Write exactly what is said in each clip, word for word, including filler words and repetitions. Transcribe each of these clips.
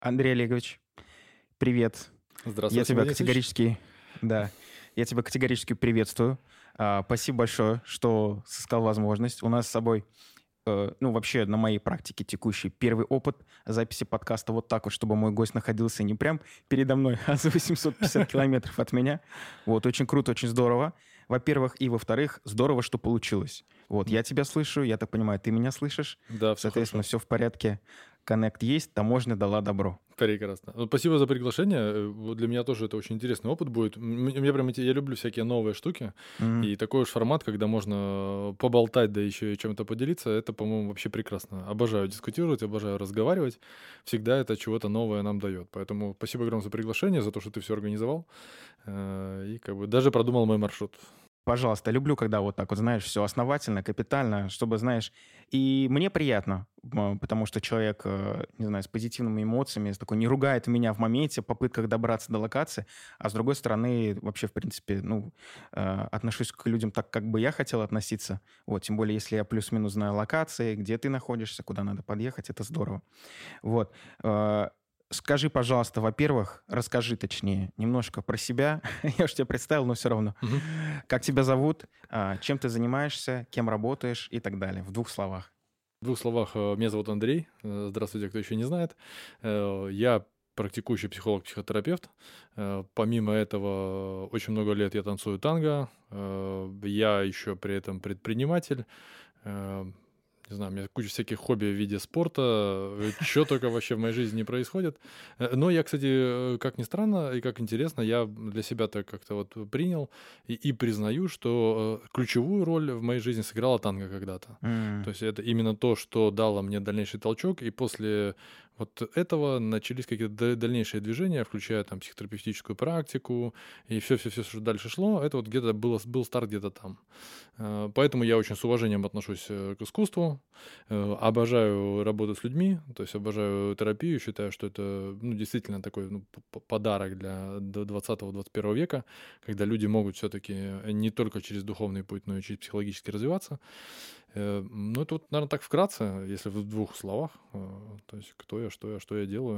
Андрей Олегович, привет. Здравствуй, Я Максим тебя Денисович. категорически, да, я тебя категорически приветствую. А, Спасибо большое, что сыскал возможность. У нас с собой, э, ну, вообще на моей практике текущий первый опыт записи подкаста вот так вот, чтобы мой гость находился не прям передо мной, а за восемьсот пятьдесят километров от меня. Вот, очень круто, очень здорово. Во-первых, и во-вторых, здорово, что получилось. Вот, М, я тебя слышу, я так понимаю, ты меня слышишь. Да, все Соответственно, хорошо. все в порядке. Коннект есть, таможня дала добро. Прекрасно. Ну, спасибо за приглашение. Э, вот для меня тоже это очень интересный опыт будет. М, Мне прям инте- я люблю всякие новые штуки. Мгм. И такой уж формат, когда можно поболтать, да еще и чем-то поделиться, это, по-моему, вообще прекрасно. Обожаю дискутировать, обожаю разговаривать. Всегда это чего-то новое нам дает. Поэтому спасибо огромное за приглашение, за то, что ты все организовал. Э, И как бы даже продумал мой маршрут. Пожалуйста, люблю, когда вот так вот, знаешь, все основательно, капитально, чтобы, знаешь, и мне приятно, м, потому что человек, э, не знаю, с позитивными эмоциями, с такой не ругает меня в моменте, в попытках добраться до локации, а с другой стороны, вообще, в принципе, ну, э, отношусь к людям так, как бы я хотел относиться, вот, тем более, если я плюс-минус знаю локации, где ты находишься, куда надо подъехать, это здорово. Вот. Э, Скажи, пожалуйста, во-первых, расскажи точнее немножко про себя. Я уж тебя представил, но все равно. Мгм. Как тебя зовут, а, чем ты занимаешься, кем работаешь и так далее. В двух словах. В двух словах, э, меня зовут Андрей. Э, Здравствуйте, кто еще не знает. Э, Я практикующий психолог-психотерапевт. Э, Помимо этого, очень много лет я танцую танго. Э, Я еще при этом предприниматель. Э, Не знаю, у меня куча всяких хобби в виде спорта. Что только вообще в моей жизни не происходит. Э, Но я, кстати, э, как ни странно и как интересно, я для себя так как-то вот принял и, и признаю, что э, ключевую роль в моей жизни сыграла танго когда-то. М, То есть это именно то, что дало мне дальнейший толчок, и после вот этого начались какие-то да- дальнейшие движения, включая там психотерапевтическую практику, и все-все-все, что дальше шло, это вот где-то было, был старт где-то там. Э, Поэтому я очень с уважением отношусь э, к искусству, э, обожаю работу с людьми, то есть обожаю терапию, считаю, что это ну, действительно такой ну, п- п- подарок для двадцатого-двадцать первого века, когда люди могут все-таки не только через духовный путь, но и через психологически развиваться. Э, ну, это вот, наверно, так вкратце, если в двух словах. Э, то есть кто я, что я, что я делаю.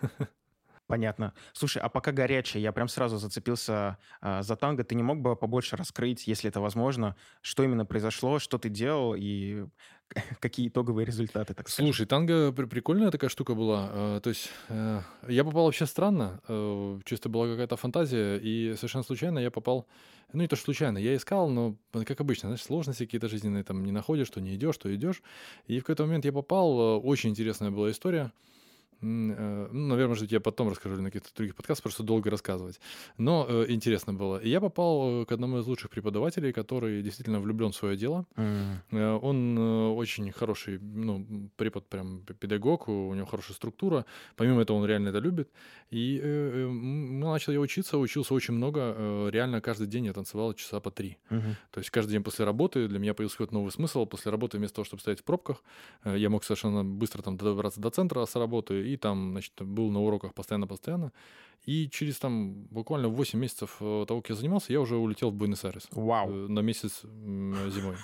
Понятно. Слушай, а пока горячее, я прям сразу зацепился а, за танго. Ты не мог бы побольше раскрыть, если это возможно, что именно произошло, что ты делал и какие итоговые результаты, так скажем? Слушай, танго при прикольная такая штука была. Э, то есть, э, я попал вообще странно. Э, чисто была какая-то фантазия, и совершенно случайно я попал. Ну, не то что случайно, я искал, но, э, как обычно, знаешь, сложности какие-то жизненные там не находишь, то не идешь, то идешь. И в какой-то момент я попал. Э, очень интересная была история. М, э, ну, наверно, может быть, я потом расскажу или на каких-то других подкастах, просто долго рассказывать. Но, э, интересно было. И я попал, э, к одному из лучших преподавателей, который действительно влюблен в свое дело. М, Э, он, э, очень хороший, ну, м, препод, прям п педагог, у у него хорошая структура. Помимо этого, он реально это любит. И, э, э, м, ну, начал я учиться, учился очень много. Э, реально каждый день я танцевал часа по три. мгм. То есть каждый день после работы для меня появился какой-то новый смысл. После работы вместо того, чтобы стоять в пробках, э, я мог совершенно быстро там добраться до центра с работы и там, значит, был на уроках постоянно-постоянно. И через там буквально восемь месяцев, э, того, как я занимался, я уже улетел в Буэнос-Айрес, Вау. э, на месяц, м, зимой.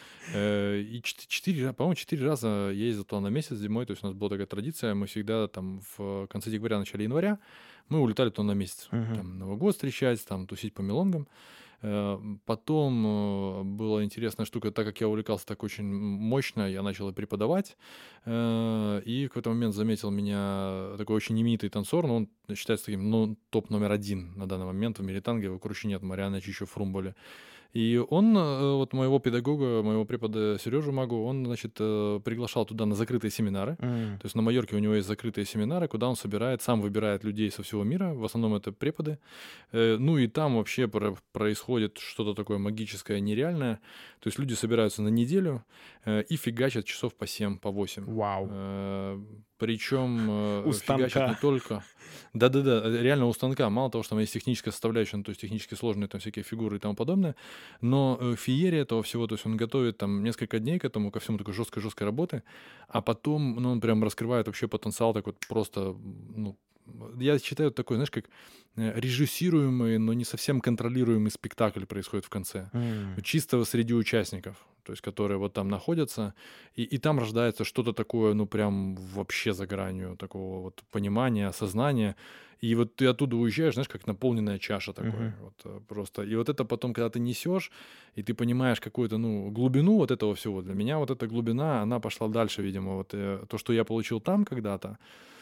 Э, и чет четыре ра по-моему, четыре раза я ездил туда на месяц зимой. То есть у нас была такая традиция. Мы всегда там в конце декабря, начале января мы улетали туда на месяц. Мгм. Там Новый год встречать, там тусить по мелонгам. Э, потом, э, была интересная штука, так как я увлекался так очень мощно, я начал и преподавать. Э, и в какой-то момент заметил меня такой очень именитый танцор, но он считается таким, ну, топ номер один на данный момент в мире танго, его круче нет, Мариано Чичо Фрумболи. И он, э, вот моего педагога, моего препода Сережу Магу, он, значит, э, приглашал туда на закрытые семинары. М, То есть на Майорке у него есть закрытые семинары, куда он собирает, сам выбирает людей со всего мира, в основном это преподы. Э, Ну и там вообще про- происходит что-то такое магическое, нереальное. То есть люди собираются на неделю э, и фигачат часов по семь, по восемь. Вау. Э, Причем У э, фигачат не станка. только... Да-да-да, э, реально у станка. Мало того, что там есть техническая составляющая, ну, то есть технически сложные там всякие фигуры и тому подобное, но э, феерия этого всего, то есть он готовит там несколько дней к этому, ко всему такой жесткой-жесткой работы, а потом, ну, он прям раскрывает вообще потенциал так вот просто, м, ну, я считаю, такой, знаешь, как э, режиссируемый, но не совсем контролируемый спектакль происходит в конце. М. Чисто среди участников, то есть которые вот там находятся, и, и там рождается что-то такое, ну, прям вообще за гранью такого вот понимания, осознания. И вот ты оттуда уезжаешь, знаешь, как наполненная чаша такой. Мгм. Вот э, просто. И вот это потом, когда ты несешь, и ты понимаешь какую-то, ну, глубину вот этого всего. Для меня вот эта глубина, она пошла дальше, видимо. Вот э, то, что я получил там когда-то,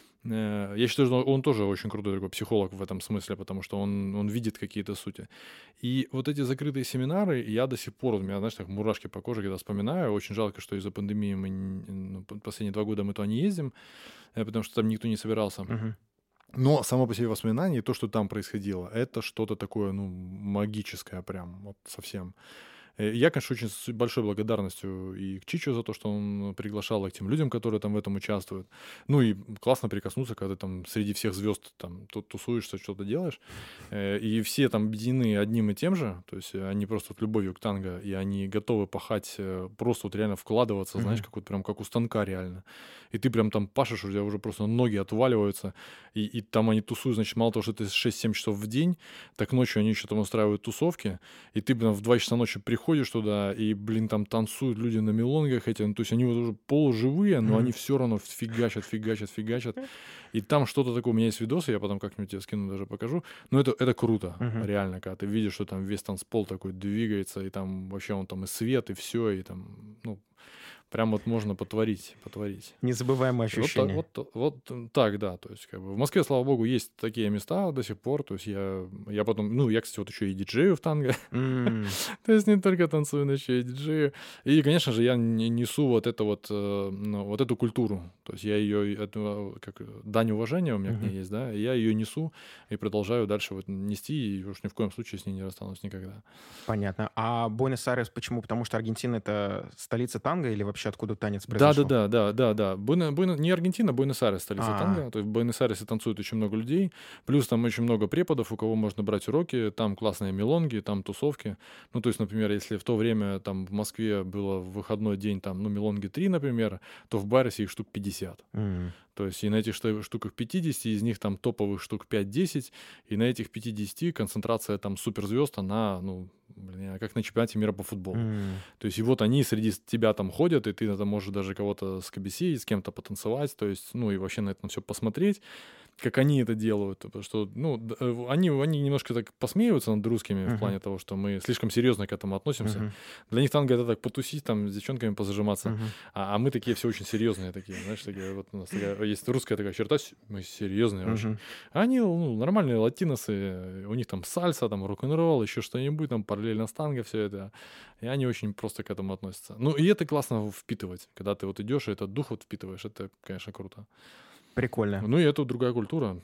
э, я считаю, что он тоже очень крутой такой психолог в этом смысле, потому что он, он видит какие-то сути. И вот эти закрытые семинары, я до сих пор, у меня, знаешь, так мурашки по коже, когда вспоминаю. Очень жалко, что из-за пандемии мы, н- ну, п- последние два года мы туда не ездим, э, потому что там никто не собирался. Мгм. Но само по себе воспоминание, и то, что там происходило, это что-то такое, ну, магическое прям, вот совсем. Э, Я, конечно, очень с большой благодарностью и к Чичу за то, что он приглашал, и к тем людям, которые там в этом участвуют. Ну и классно прикоснуться, когда ты там среди всех звезд там тут тусуешься, что-то делаешь. Э, И все там объединены одним и тем же, то есть э, они просто вот любовью к танго, и они готовы пахать, э, просто вот реально вкладываться, знаешь, Мгм. как вот прям как у станка реально. И ты прям там пашешь, у тебя уже просто ноги отваливаются, и, и там они тусуют, значит, мало того, что ты шесть-семь часов в день, так ночью они еще там устраивают тусовки, и ты, блин, в два часа ночи приходишь туда, и, блин, там танцуют люди на мелонгах эти, ну, то есть они вот уже полуживые, но они Мгм. все равно фигачат, фигачат, фигачат. И там что-то такое, у меня есть видосы, я потом как-нибудь тебе скину, даже покажу. Но это, это круто, Мгм. реально, когда ты видишь, что там весь танцпол такой двигается, и там вообще он там и свет, и все, и там, ну, прям вот можно потворить, потворить. Незабываемые Вот так, ощущения. вот, вот так, да. То есть, как бы в Москве, слава богу, есть такие места до сих пор. То есть я, я потом, ну, я, кстати, вот еще и диджею в танго. М. То есть не только танцую, но еще и диджею. И, конечно же, я не- несу вот это вот, э, ну, вот эту культуру. То есть я ее, это, как э, дань уважения у меня к ней Мгм. есть, да, и я ее несу и продолжаю дальше вот нести, и уж ни в коем случае с ней не расстанусь никогда. Понятно. А Буэнос-Айрес почему? Потому что Аргентина — это столица танго или вообще откуда танец произошел? Да-да-да, да-да-да. Буэно Буэно не Аргентина, Буэнос-Айрес — столица А. танго. То есть в Буэнос-Айресе танцует очень много людей. Плюс там очень много преподов, у кого можно брать уроки. Там классные мелонги, там тусовки. Ну, то есть, например, если в то время там в Москве было в выходной день там, ну, мелонги три, например, то в Барисе их штук пятьдесят. М. То есть и на этих шта- штуках пятьдесят, из них там топовых штук пять-десять, и на этих пятидесяти концентрация там суперзвезд, она, ну, блин, я как на чемпионате мира по футболу. М. То есть и вот они среди с- тебя там ходят, и ты там можешь даже кого-то скобесить, с кем-то потанцевать, то есть, ну, и вообще на это все посмотреть, как они это делают. Потому что, ну, д- э, они, они немножко так посмеиваются над русскими в Мгм. плане того, что мы слишком серьезно к этому относимся. Мгм. Для них танго — это так потусить, там, с девчонками позажиматься. Мгм. А, а мы такие все очень серьезные такие, знаешь, такие, вот у нас такая, есть русская такая черта, с- мы серьезные очень. Мгм. А они, ну, нормальные латиносы, э, у них там сальса, там рок-н-ролл, еще что-нибудь, там параллельно с танго все это. И они очень просто к этому относятся. Ну, и это классно впитывать, когда ты вот идешь и этот дух вот впитываешь, это, конечно, круто. Прикольно. Ну, и это другая культура.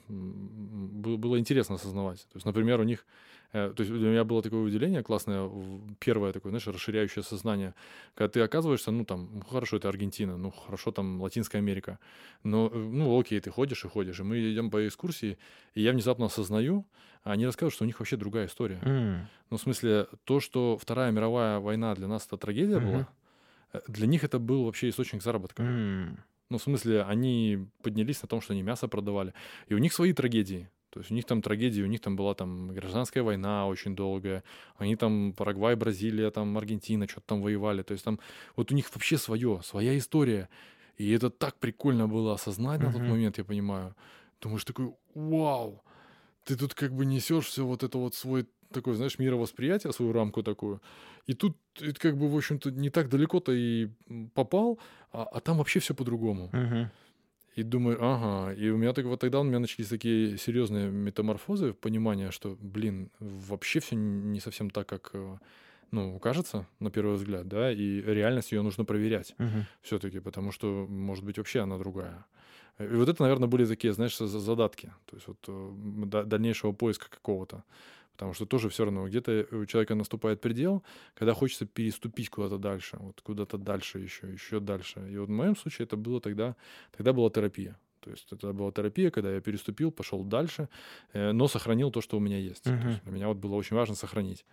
М, бы- Было интересно осознавать. То есть, например, у них... э, То есть для меня было такое выделение классное, в- первое такое, знаешь, расширяющее сознание, когда ты оказываешься, ну, там, ну, хорошо, это Аргентина, ну, хорошо, там, Латинская Америка, но, э, ну, окей, ты ходишь и ходишь, и мы идем по экскурсии, и я внезапно осознаю, а они рассказывают, что у них вообще другая история. М. Ну, в смысле, то, что Вторая мировая война для нас это трагедия Мгм. была, э, для них это был вообще источник заработка. М. Ну, в смысле, они поднялись на том, что они мясо продавали. И у них свои трагедии. То есть у них там трагедии, у них там была там гражданская война очень долгая. Они там Парагвай, Бразилия, там Аргентина, что-то там воевали. То есть там вот у них вообще свое, своя история. И это так прикольно было осознать на тот Мгм. момент, я понимаю. Думаешь такой, вау, ты тут как бы несешь все вот это вот свой такой, знаешь, мировосприятие, свою рамку такую, и тут ты как бы, в общем-то, не так далеко-то и м, попал, а, а там вообще все по-другому. Мгм. И думаю, ага, и у меня так вот тогда у меня начались такие серьезные метаморфозы, понимание, что, блин, вообще все не совсем так, как, э, ну, кажется на первый взгляд, да, и реальность ее нужно проверять Мгм. все-таки, потому что, может быть, вообще она другая. И вот это, наверное, были такие, знаешь, за- задатки, то есть вот э, м, да- дальнейшего поиска какого-то. Потому что тоже все равно где-то у человека наступает предел, когда хочется переступить куда-то дальше, вот куда-то дальше еще, еще дальше. И вот в моем случае это было тогда, тогда была терапия. То есть это была терапия, когда я переступил, пошел дальше, э, но сохранил то, что у меня есть. То Мгм. есть для меня вот было очень важно сохранить.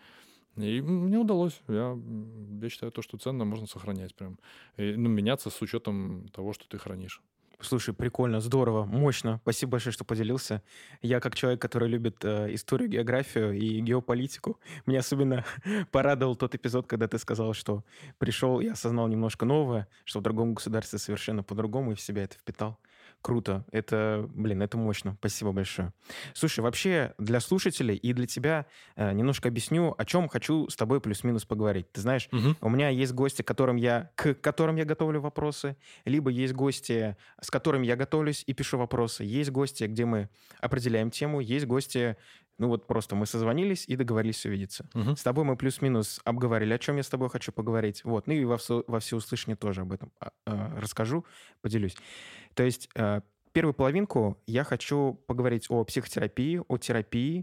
И мне удалось. Я, м, я считаю, то, что ценно, можно сохранять прям. И, ну, меняться с учетом того, что ты хранишь. Слушай, прикольно, здорово, мощно. Спасибо большое, что поделился. Я как человек, который любит э, историю, географию и геополитику, меня особенно порадовал тот эпизод, когда ты сказал, что пришел и осознал немножко новое, что в другом государстве совершенно по-другому и в себя это впитал. Круто. Это, блин, это мощно. Спасибо большое. Слушай, вообще для слушателей и для тебя э, немножко объясню, о чем хочу с тобой плюс-минус поговорить. Ты знаешь, Мгм. у меня есть гости, которым я, к которым я готовлю вопросы, либо есть гости, с которыми я готовлюсь и пишу вопросы. Есть гости, где мы определяем тему, есть гости, ну вот просто мы созвонились и договорились увидеться. Мгм. С тобой мы плюс-минус обговорили, о чем я с тобой хочу поговорить. Вот, ну и во, всё- во всеуслышание тоже об этом а, а, расскажу, поделюсь. То есть э, первую половинку я хочу поговорить о психотерапии, о терапии,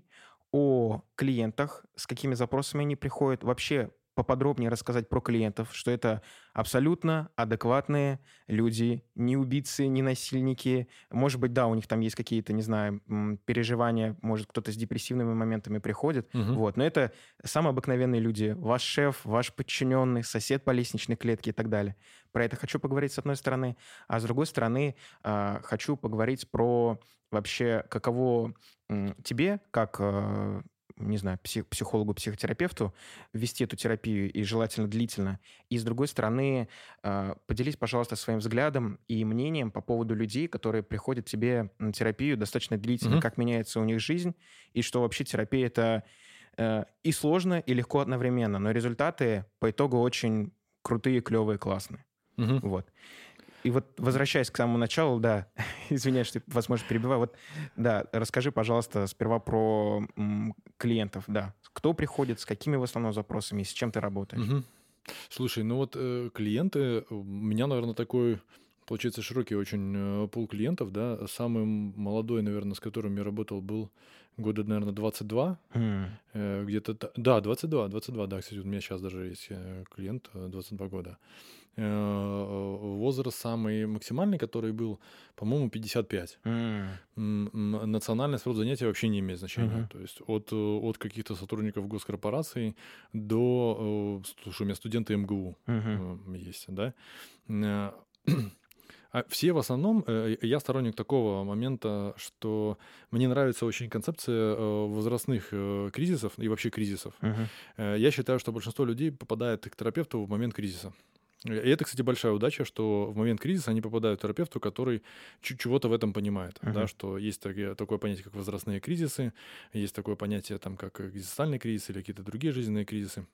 о клиентах, с какими запросами они приходят, вообще поподробнее рассказать про клиентов, что это абсолютно адекватные люди, не убийцы, не насильники. Может быть, да, у них там есть какие-то, не знаю, м, переживания, может, кто-то с депрессивными моментами приходит, Мгм. вот, но это самые обыкновенные люди. Ваш шеф, ваш подчиненный, сосед по лестничной клетке и так далее. Про это хочу поговорить с одной стороны, а с другой стороны а, хочу поговорить про вообще, каково м, тебе, как, э, не знаю, псих- психологу, психотерапевту, вести эту терапию и желательно длительно. И с другой стороны, а, поделись, пожалуйста, своим взглядом и мнением по поводу людей, которые приходят к тебе на терапию достаточно длительно, Мгм. как меняется у них жизнь, и что вообще терапия это э, и сложно, и легко одновременно, но результаты по итогу очень крутые, клевые, классные. Мгм. Вот. И вот возвращаясь к самому началу, да, извиняюсь, что, возможно, перебиваю. Вот, да, расскажи, пожалуйста, сперва про м, клиентов, да. Кто приходит, с какими в основном запросами, и с чем ты работаешь? Мгм. Слушай, ну вот э, клиенты, у меня, наверное, такой, получается, широкий очень э, пул клиентов, да. Самый м- молодой, наверное, с которым я работал, был года, наверное, двадцать два. М, Э, где-то, та- да, двадцать два, двадцать два, да, кстати, вот у меня сейчас даже есть э, клиент, э, двадцать два года. Э, Возраст самый максимальный, который был, по-моему, пятьдесят пять. м, М, м, Национальность, род занятия вообще не имеет значения. мгм, То есть от, э, от каких-то сотрудников госкорпораций до, э, слушай, у меня студенты эм гэ у мгм, м, есть, да. Э, а все в основном, э, я сторонник такого момента, что мне нравится очень концепция э, возрастных э, кризисов и вообще кризисов. мгм, Э, Я считаю, что большинство людей попадает к терапевту в момент кризиса. И это, кстати, большая удача, что в момент кризиса они попадают к терапевту, который чуть чего-то в этом понимает, да, мгм, что есть таки- такое понятие, как возрастные кризисы, есть такое понятие, там, как экзистенциальный кризис или какие-то другие жизненные кризисы,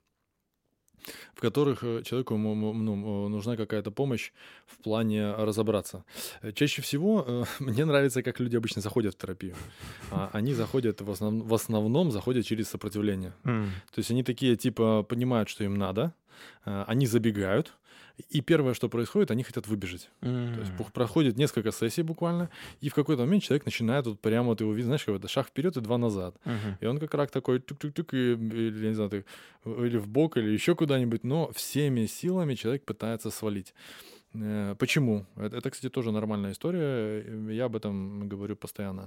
в которых э, человеку м- м- ну, э, нужна какая-то помощь в плане разобраться. Э, Чаще всего э, мне нравится, как люди обычно заходят в терапию. А, Они заходят, в основном, в основном заходят через сопротивление. м, То есть они такие, типа, понимают, что им надо, э, они забегают, и первое, что происходит, они хотят выбежать. То есть м, пух- проходит несколько сессий буквально, и в какой-то момент человек начинает вот прямо вот его видеть, знаешь, как это шаг вперед и два назад. мгм, И он как рак такой тук-тук-тук, и, или, не знаю, ты, э, или в бок, или еще куда-нибудь, но всеми силами человек пытается свалить. Э, Почему? Это, это, кстати, тоже нормальная история. э, Я об этом говорю постоянно.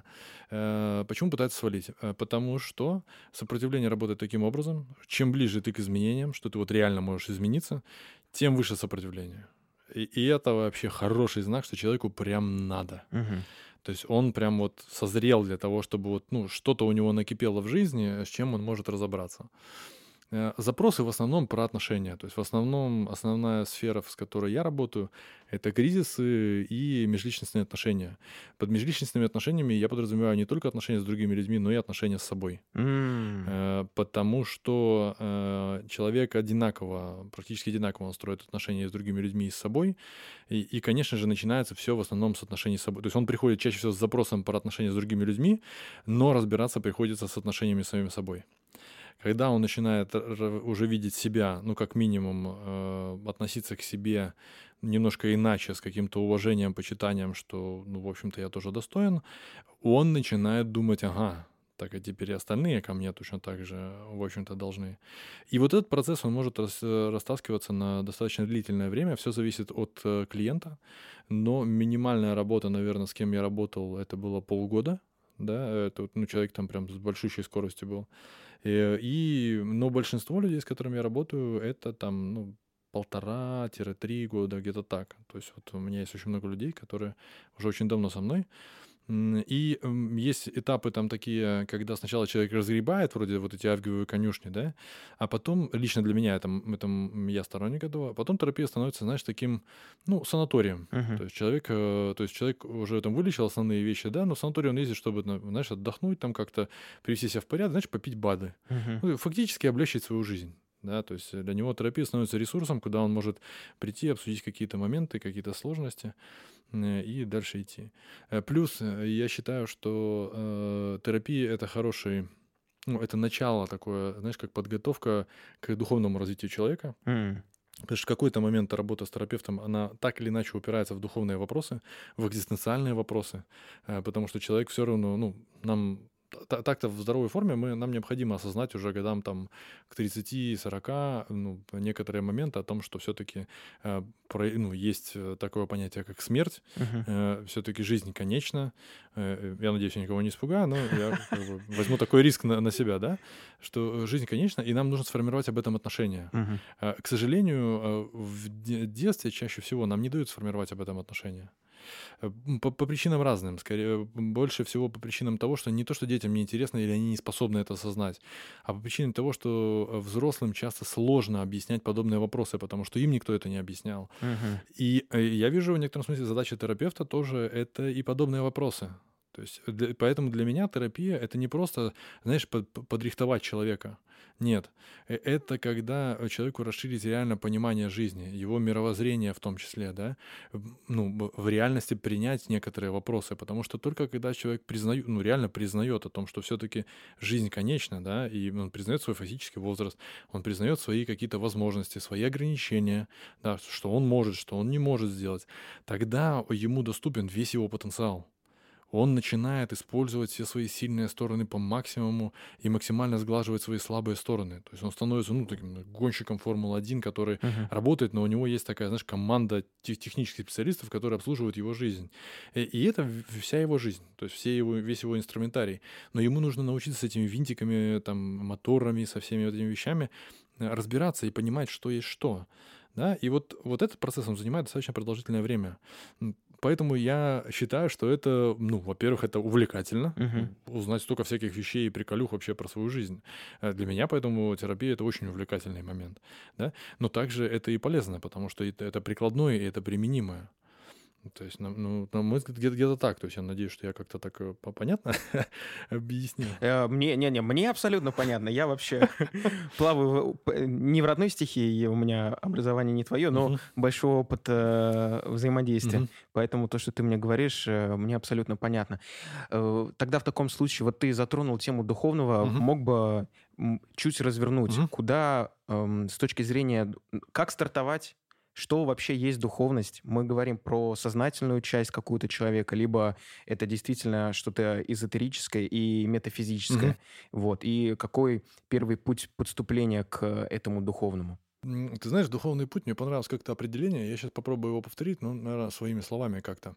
Э, Почему пытается свалить? Э, Потому что сопротивление работает таким образом. Чем ближе ты к изменениям, что ты вот реально можешь измениться, тем выше сопротивление. И, и это вообще хороший знак, что человеку прям надо. мгм, То есть он прям вот созрел для того, чтобы вот, ну, что-то у него накипело в жизни, с чем он может разобраться. Э, Запросы в основном про отношения. То есть в основном основная сфера, с которой я работаю, это кризисы и межличностные отношения. Под межличностными отношениями я подразумеваю не только отношения с другими людьми, но и отношения с собой. м, Э, Потому что э, человек одинаково, практически одинаково он строит отношения с другими людьми и с собой. И, и, конечно же, начинается все в основном с отношений с собой. То есть он приходит чаще всего с запросом про отношения с другими людьми, но разбираться приходится с отношениями с самим собой. Когда он начинает р- р- уже видеть себя, ну, как минимум, э, относиться к себе немножко иначе, с каким-то уважением, почитанием, что, ну, в общем-то, я тоже достоин, он начинает думать, ага, так и теперь и остальные ко мне точно так же, в общем-то, должны. И вот этот процесс, он может рас- э, растаскиваться на достаточно длительное время, все зависит от э, клиента, но минимальная работа, наверное, с кем я работал, это было полгода, да, это вот, ну, человек там прям с большущей скоростью был. Э, И, но большинство людей, с которыми я работаю, это там, ну, полтора-три года, где-то так. То есть вот у меня есть очень много людей, которые уже очень давно со мной. М, И м, есть этапы там такие, когда сначала человек разгребает вроде вот эти авгиевые конюшни, да, а потом, лично для меня, это, м- это м, я сторонник этого, а потом терапия становится, знаешь, таким, ну, санаторием. Мгм. То есть человек, э, то есть человек уже там вылечил основные вещи, да, но в санаторий он ездит, чтобы, на- знаешь, отдохнуть, там как-то привести себя в порядок, знаешь, попить БАДы. Мгм. Ну, и фактически облегчить свою жизнь. Да, то есть для него терапия становится ресурсом, куда он может прийти, обсудить какие-то моменты, какие-то сложности, э, и дальше идти. Э, Плюс э, я считаю, что э, терапия это хороший, ну, это начало такое, знаешь, как подготовка к духовному развитию человека. М. Потому что в какой-то момент работа с терапевтом, она так или иначе упирается в духовные вопросы, в экзистенциальные вопросы, э, потому что человек все равно, ну, нам та- так-то в здоровой форме мы, нам необходимо осознать уже годам там к тридцати сорока ну, некоторые моменты о том, что все-таки ну, есть э, такое понятие, как смерть, Мгм. все-таки жизнь конечна. Э, Я надеюсь, я никого не испугаю, но я как бы возьму такой риск на, на себя, да, что э, жизнь конечна, и нам нужно сформировать об этом отношение. Мгм. А, К сожалению, э, в де- детстве чаще всего нам не дают сформировать об этом отношение. Э, м, По, по причинам разным. Скорее, м, больше всего по причинам того, что не то, что детям неинтересно или они не способны это осознать, а по причине того, что э, взрослым часто сложно объяснять подобные вопросы, потому что им никто это не объяснял. Мгм. И э, я вижу в некотором смысле задача терапевта тоже это и подобные вопросы. То есть для- поэтому для меня терапия это не просто, знаешь, под- под- подрихтовать человека. Нет, Э, это когда э, человеку расширить реально понимание жизни, его мировоззрение в том числе, да, М, ну, б- в реальности принять некоторые вопросы, потому что только когда человек признает, ну, реально признает о том, что все-таки жизнь конечна, да, и он признает свой физический возраст, он признает свои какие-то возможности, свои ограничения, да, что он может, что он не может сделать, тогда ему доступен весь его потенциал. Он начинает использовать все свои сильные стороны по максимуму и максимально сглаживать свои слабые стороны. То есть он становится, ну, таким гонщиком формулы один, который Мгм. работает, но у него есть такая, знаешь, команда тех- технических специалистов, которые обслуживают его жизнь. И, и это в- вся его жизнь, то есть все его, весь его инструментарий. Но ему нужно научиться с этими винтиками, там, моторами, со всеми вот этими вещами э, разбираться и понимать, что есть что. Да? И вот, вот этот процесс, он занимает достаточно продолжительное время. М, Поэтому я считаю, что это, ну, во-первых, это увлекательно, Мгм. м, узнать столько всяких вещей и приколюх вообще про свою жизнь. Э, Для меня поэтому терапия — это очень увлекательный момент, да. Но также это и полезно, потому что это, это прикладное и это применимое. Ну, То есть, на, ну, на мой взгляд, где-то, где-то так. То есть я надеюсь, что я как-то так э, по- понятно объяснил. Э, Мне, не, не, мне абсолютно понятно. Я вообще плаваю в- п- не в родной стихии, и у меня образование не твое, но Мгм, большой опыт э, взаимодействия. мгм, Поэтому то, что ты мне говоришь, э, мне абсолютно понятно. Э, Тогда в таком случае, вот ты затронул тему духовного, мгм, мог бы м, чуть развернуть, мгм. куда эм, с точки зрения, д- как стартовать, что вообще есть духовность? Мы говорим про сознательную часть какую-то человека, либо это действительно что-то эзотерическое и Мгм. метафизическое. Вот. И какой первый путь подступления к этому духовному? М, Ты знаешь, духовный путь, мне понравилось как-то определение. Я сейчас попробую его повторить, ну, наверное, своими словами как-то.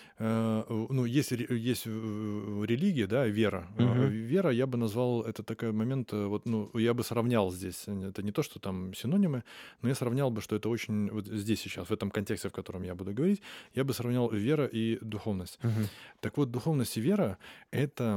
Э, в- Ну, есть, ре- есть э, религия, да, вера. Э, Мгм. Вера, я бы назвал, это такой момент, э, вот, ну, я бы сравнял здесь. э, Это не то, что там синонимы, но я сравнял бы, что это очень, вот здесь сейчас, в этом контексте, в котором я буду говорить, я бы сравнял вера и духовность. Мгм. Так вот, духовность и вера — это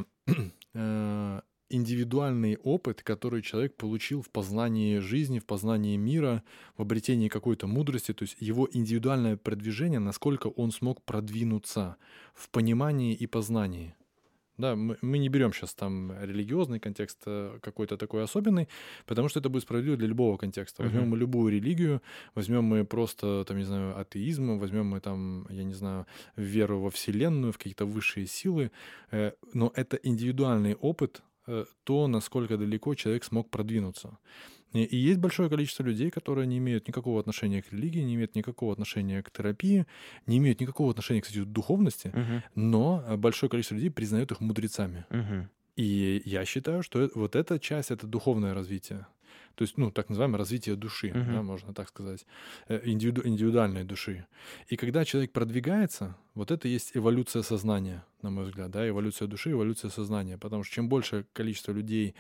э, индивидуальный опыт, который человек получил в познании жизни, в познании мира, в обретении какой-то мудрости, то есть его индивидуальное продвижение, насколько он смог продвинуться в понимании и познании. Да, мы, мы не берем сейчас там религиозный контекст э, какой-то такой особенный, потому что это будет справедливо для любого контекста. Возьмем Мгм. мы любую религию, возьмем мы просто, там, не знаю, атеизм, возьмем мы там, я не знаю, веру во Вселенную, в какие-то высшие силы, э, но это индивидуальный опыт, э, то, насколько далеко человек смог продвинуться. И и есть большое количество людей, которые не имеют никакого отношения к религии, не имеют никакого отношения к терапии, не имеют никакого отношения, кстати, к духовности, Мгм. но э, большое количество людей признает их мудрецами. Мгм. И я считаю, что э- вот эта часть — это духовное развитие. То есть, ну, так называемое развитие души, да, Мгм. можно так сказать, э, индивиду- индивидуальной души. И когда человек продвигается, вот это и есть эволюция сознания, на мой взгляд, да, эволюция души, эволюция сознания. Потому что чем большее количество людей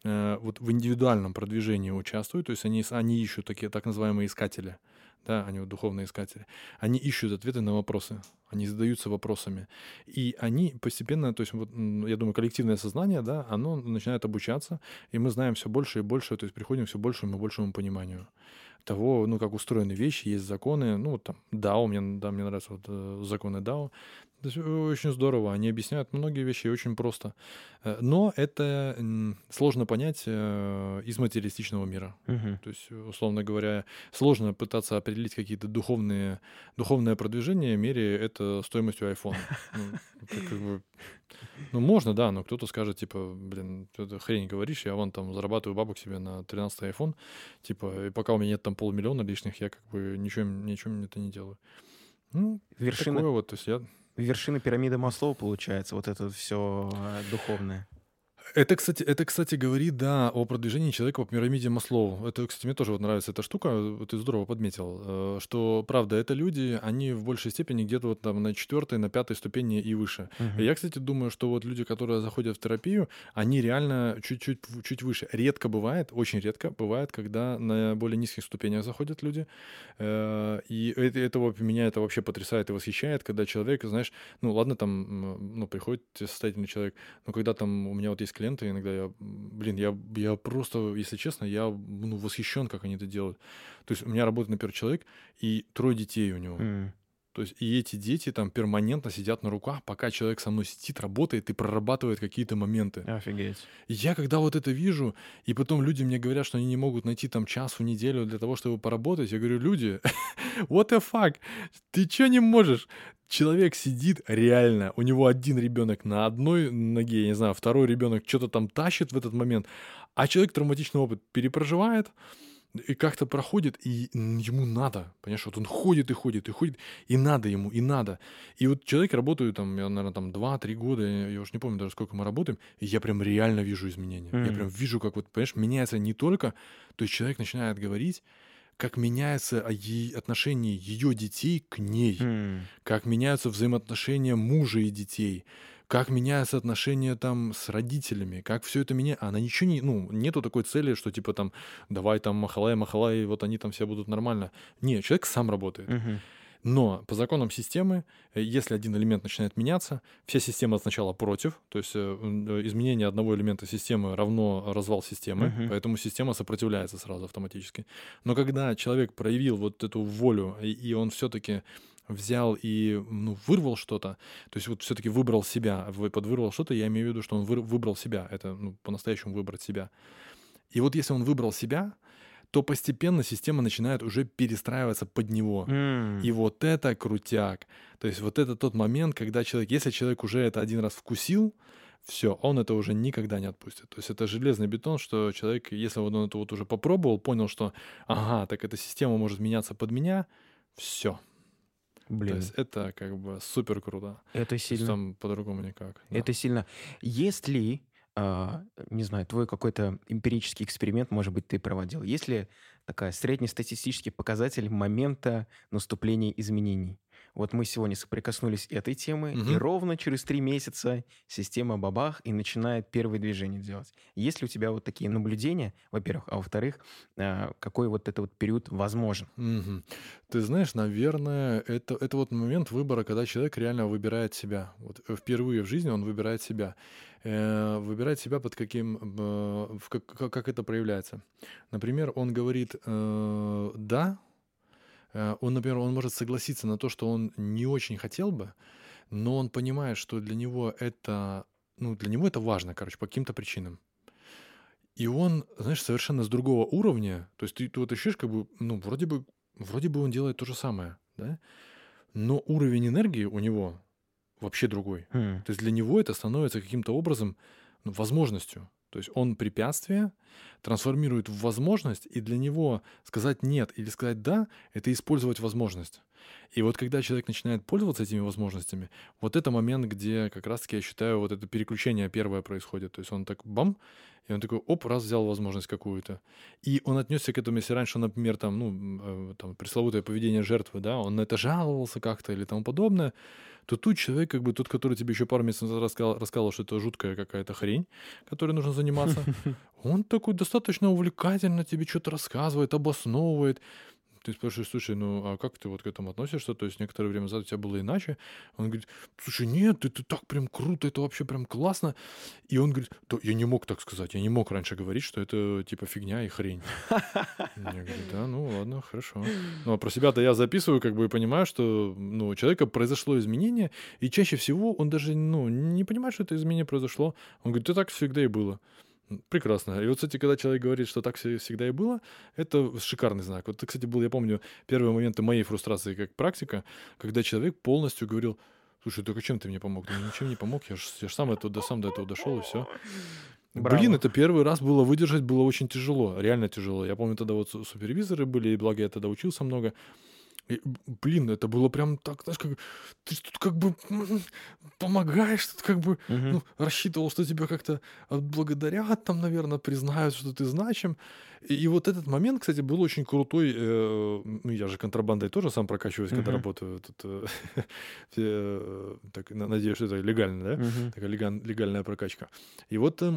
э, вот в индивидуальном продвижении участвуют, то есть они, с- они ищут такие так называемые искатели, да, они вот духовные искатели, они ищут ответы на вопросы, они задаются вопросами, и они постепенно, то есть вот, м, я думаю, коллективное сознание, да, оно начинает обучаться, и мы знаем все больше и больше, то есть приходим к все большему и большему пониманию того, ну, как устроены вещи, есть законы, ну, вот там, дао, мне, да, мне нравятся вот, э, законы дао. То есть, э, очень здорово, они объясняют многие вещи очень просто. Э, Но это м, сложно понять э, из материалистичного мира. Мгм. То есть, э, условно говоря, сложно пытаться определить какие-то духовные, духовное продвижение, меряя это стоимостью айфона. Ну, это как бы, ну, можно, да, но кто-то скажет, типа, блин, ты это хрень говоришь, я вон там зарабатываю бабок себе на тринадцатый iPhone, типа, и пока у меня нет там полмиллиона лишних, я как бы ничего, ничего это не делаю. Ну, Вершина, такое вот, то есть я... вершина пирамиды Маслоу получается, вот это все духовное. Это, кстати, это, кстати, говорит, да, о продвижении человека по пирамиде Маслоу. Это, кстати, мне тоже вот нравится эта штука, вот ты здорово подметил, э, что, правда, это люди, они в большей степени где-то вот там на четвертой, на пятой ступени и выше. И Мгм. я, кстати, думаю, что вот люди, которые заходят в терапию, они реально чуть-чуть в- чуть выше. Редко бывает, очень редко бывает, когда на более низких ступенях заходят люди. Э, И это, это вот меня это вообще потрясает и восхищает, когда человек, знаешь, ну ладно, там, м, ну, приходит состоятельный человек, но когда там у меня вот есть клиенты, иногда я, м, блин, я, я просто, если честно, я, ну, восхищен, как они это делают. То есть у меня работает, например, человек, и трое детей у него. М. То есть и эти дети там перманентно сидят на руках, пока человек со мной сидит, работает и прорабатывает какие-то моменты. Офигеть. И я когда вот это вижу, и потом люди мне говорят, что они не могут найти там час в неделю для того, чтобы поработать, я говорю, люди, what the fuck, ты чё не можешь? Человек сидит реально, у него один ребенок на одной ноге, я не знаю, второй ребенок что-то там тащит в этот момент, а человек травматичный опыт перепроживает, и как-то проходит, и м, ему надо, понимаешь, вот он ходит и ходит, и ходит, и надо ему, и надо. И вот человек работает там, я, наверное, там два-три года, я, я уж не помню даже, сколько мы работаем, и я прям реально вижу изменения. Я М. прям вижу, как вот, понимаешь, меняется не только, то есть человек начинает говорить, как меняется о ей- отношение ее детей к ней, М. как меняются взаимоотношения мужа и детей, как меняются отношения там с родителями, как все это меняется. Она ничего не, ну, нету такой цели, что типа там, давай там махалай, махалай, вот они там все будут нормально. Нет, человек сам работает. Мгм. Но по законам системы, э, если один элемент начинает меняться, вся система сначала против, то есть э, м, э, изменение одного элемента системы равно развал системы, Мгм. поэтому система сопротивляется сразу автоматически. Но когда человек проявил вот эту волю, и, и он все-таки взял и ну, вырвал что-то, то есть вот все-таки выбрал себя, вы- под вырвал что-то, я имею в виду, что он выр- выбрал себя, это ну, по-настоящему выбрать себя. И вот если он выбрал себя, то постепенно система начинает уже перестраиваться под него. М. И вот это крутяк. То есть вот это тот момент, когда человек, если человек уже это один раз вкусил, все, он это уже никогда не отпустит. То есть это железный бетон, что человек, если вот он это вот уже попробовал, понял, что ага, так эта система может меняться под меня, все. То есть Блин, это как бы супер круто. это То есть сильно. там по-другому никак, да. Это сильно. Есть ли, а, не знаю, твой какой-то эмпирический эксперимент, может быть, ты проводил, есть ли такая среднестатистический показатель момента наступления изменений? Вот мы сегодня соприкоснулись с этой темой, и Мгм. ровно через три месяца система бабах и начинает первые движения делать. Есть ли у тебя вот такие наблюдения, во-первых, а во-вторых, а, какой вот этот вот период возможен? Мгм. Ты знаешь, наверное, это, это вот момент выбора, когда человек реально выбирает себя. Вот э, впервые в жизни он выбирает себя. Э, выбирает себя под каким, э, в как, как, как это проявляется. Например, он говорит э, «да», э, он, например, он может согласиться на то, что он не очень хотел бы, но он понимает, что для него это, ну, для него это важно, короче, по каким-то причинам. И он, знаешь, совершенно с другого уровня, то есть ты, ты вот ощущаешь, как бы, ну, вроде бы, вроде бы он делает то же самое, да, но уровень энергии у него вообще другой. Хм. То есть для него это становится каким-то образом ну, возможностью. То есть он препятствие трансформирует в возможность, и для него сказать «нет» или сказать «да» — это использовать возможность. И вот когда человек начинает пользоваться этими возможностями, вот это момент, где как раз-таки, я считаю, вот это переключение первое происходит. То есть он так бам, и он такой, оп, раз взял возможность какую-то. И он отнесся к этому, если раньше, например, там, ну, э, там, пресловутое поведение жертвы, да, он на это жаловался как-то или тому подобное, то тут человек, как бы тот, который тебе еще пару месяцев назад рассказал, рассказал, что это жуткая какая-то хрень, которой нужно заниматься, он такой достаточно увлекательно тебе что-то рассказывает, обосновывает. Ты спрашиваешь, слушай, ну а как ты вот к этому относишься? То есть некоторое время назад у тебя было иначе. Он говорит, слушай, нет, это так прям круто, это вообще прям классно. И он говорит, да, я не мог так сказать, я не мог раньше говорить, что это типа фигня и хрень. Я говорю, да, ну ладно, хорошо. Ну а про себя-то я записываю, как бы и понимаю, что ну, у человека произошло изменение, и чаще всего он даже ну, не понимает, что это изменение произошло. Он говорит, да так всегда и было. М, Прекрасно. И вот, кстати, когда человек говорит, что так все- всегда и было, это шикарный знак. Вот, это, кстати, был, я помню, первые моменты моей фрустрации как практика, когда человек полностью говорил, слушай, только чем ты мне помог? Да ничем не помог, я же сам, это, до, сам до этого дошел, и все. Блин, Браво. это первый раз было выдержать, было очень тяжело, реально тяжело. Я помню, тогда вот су- супервизоры были, и благо я тогда учился много. И, б- блин, это было прям так, знаешь, как ты ж тут как бы м, помогаешь, тут как бы Мгм. ну, рассчитывал, что тебя как-то отблагодарят, там, наверное, признают, что ты значим. И, и вот этот момент, кстати, был очень крутой. э, ну, я же контрабандой тоже сам прокачиваюсь, когда Мгм. работаю. Тут, э, все, э, так, на- надеюсь, что это легально, да? Мгм. Такая леган- легальная прокачка. И вот эм,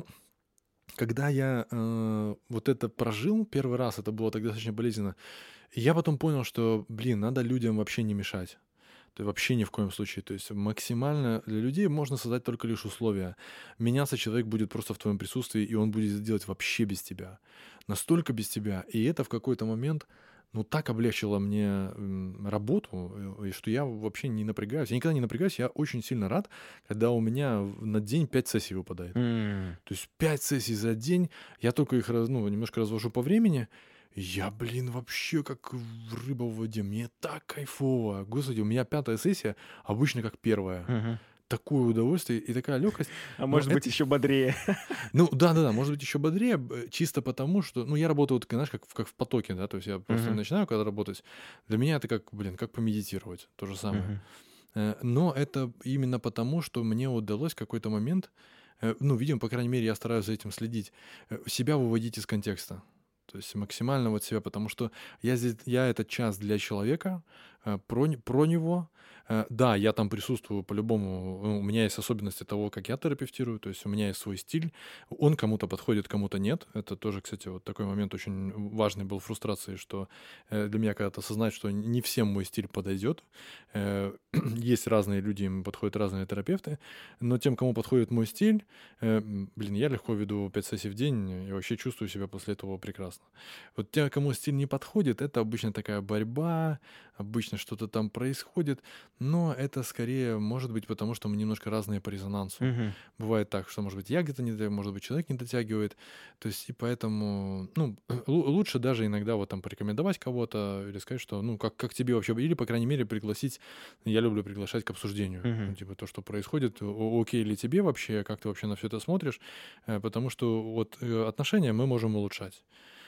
когда я э, вот это прожил первый раз, это было тогда достаточно болезненно, и я потом понял, что, блин, надо людям вообще не мешать. То есть вообще ни в коем случае. То есть максимально для людей можно создать только лишь условия. Меняться человек будет просто в твоем присутствии, и он будет это делать вообще без тебя. Настолько без тебя. И это в какой-то момент, ну, так облегчило мне м, работу, э, и что я вообще не напрягаюсь. Я никогда не напрягаюсь, я очень сильно рад, когда у меня в- на день пять сессий выпадает. М. То есть пять сессий за день, я только их раз- ну, немножко развожу по времени. Я, блин, вообще как в- рыба в воде. Мне так кайфово. Господи, у меня пятая сессия, обычно как первая. Мгм. Такое удовольствие и такая легкость. А Но может быть, это, еще бодрее. ну да-да-да, может быть, еще бодрее, б- чисто потому, что, ну, я работаю, вот, знаешь, как, в- как в потоке, да, то есть я просто Мгм. начинаю когда работать, для меня это как, блин, как помедитировать, то же самое. Мгм. Э, Но это именно потому, что мне удалось в какой-то момент, э, ну, видимо, по крайней мере, я стараюсь за этим следить, э, себя выводить из контекста. То есть максимально вот себя, потому что я здесь, я этот час для человека, э, про, н- про него. Э, Да, я там присутствую по-любому. Ну, у меня есть особенности того, как я терапевтирую, то есть у меня есть свой стиль. Он кому-то подходит, кому-то нет. Это тоже, кстати, вот такой момент очень важный был фрустрации, что э, для меня когда-то осознать, что не всем мой стиль подойдет. Э, Есть разные люди, им подходят разные терапевты, но тем, кому подходит мой стиль, э, м, блин, я легко веду пять сессий в день и вообще чувствую себя после этого прекрасно. Вот те, кому стиль не подходит, это обычно такая борьба, обычно что-то там происходит, но это скорее может быть потому, что мы немножко разные по резонансу. Мгм. Бывает так, что, может быть, я где-то не дотягиваю, может быть, человек не дотягивает. То есть, и поэтому, ну, лу- лучше даже иногда вот там порекомендовать кого-то или сказать, что, ну, как, как тебе вообще, или, по крайней мере, пригласить, я люблю приглашать к обсуждению. Ну, Мгм. типа, то, что происходит, о- окей ли тебе вообще, как ты вообще на все это смотришь, Э, потому что вот э, отношения мы можем улучшать.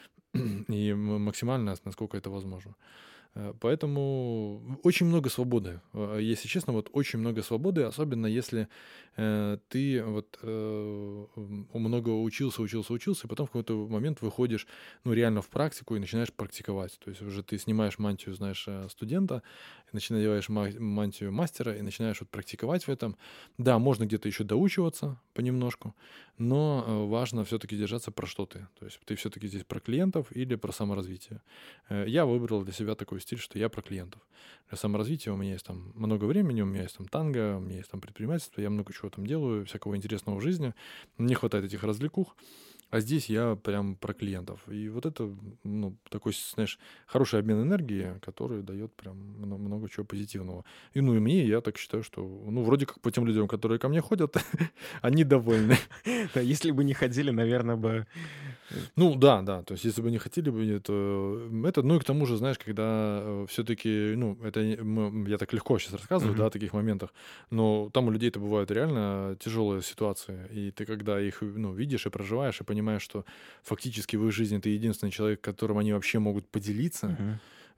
И м- максимально, насколько это возможно. Э, Поэтому очень много свободы. Э, Если честно, вот очень много свободы, особенно если э, ты вот э, м, много учился, учился, учился, и потом в какой-то момент выходишь, ну, реально в практику и начинаешь практиковать. То есть уже ты снимаешь мантию, знаешь, э, студента, и начи- надеваешь ма- мантию мастера и начинаешь вот практиковать в этом. Да, можно где-то еще доучиваться понемножку, но э, важно все-таки держаться про что ты. То есть ты все-таки здесь про клиентов или про саморазвитие. Э, Я выбрал для себя такой стиль, что я про клиентов. Для саморазвития у меня есть там много времени, у меня есть там танго, у меня есть там предпринимательство, я много чего там делаю, всякого интересного в жизни. Мне хватает этих развлекух. А здесь я прям про клиентов. И вот это, ну, такой, знаешь, хороший обмен энергии, который дает прям мно- много чего позитивного. И, ну, и мне, я так считаю, что, ну, вроде как по тем людям, которые ко мне ходят, они довольны. Да, если бы не ходили, наверное, бы... э, Ну да, да, то есть если бы не хотели бы, то м, это, ну и к тому же, знаешь, когда все-таки, ну, это не- мы- я так легко сейчас рассказываю, да, Мгм. о таких моментах, но там у людей-то бывают реально тяжелые ситуации, и ты когда их, ну, видишь и проживаешь, и понимаешь, что фактически в их жизни ты единственный человек, которым они вообще могут поделиться, Мгм.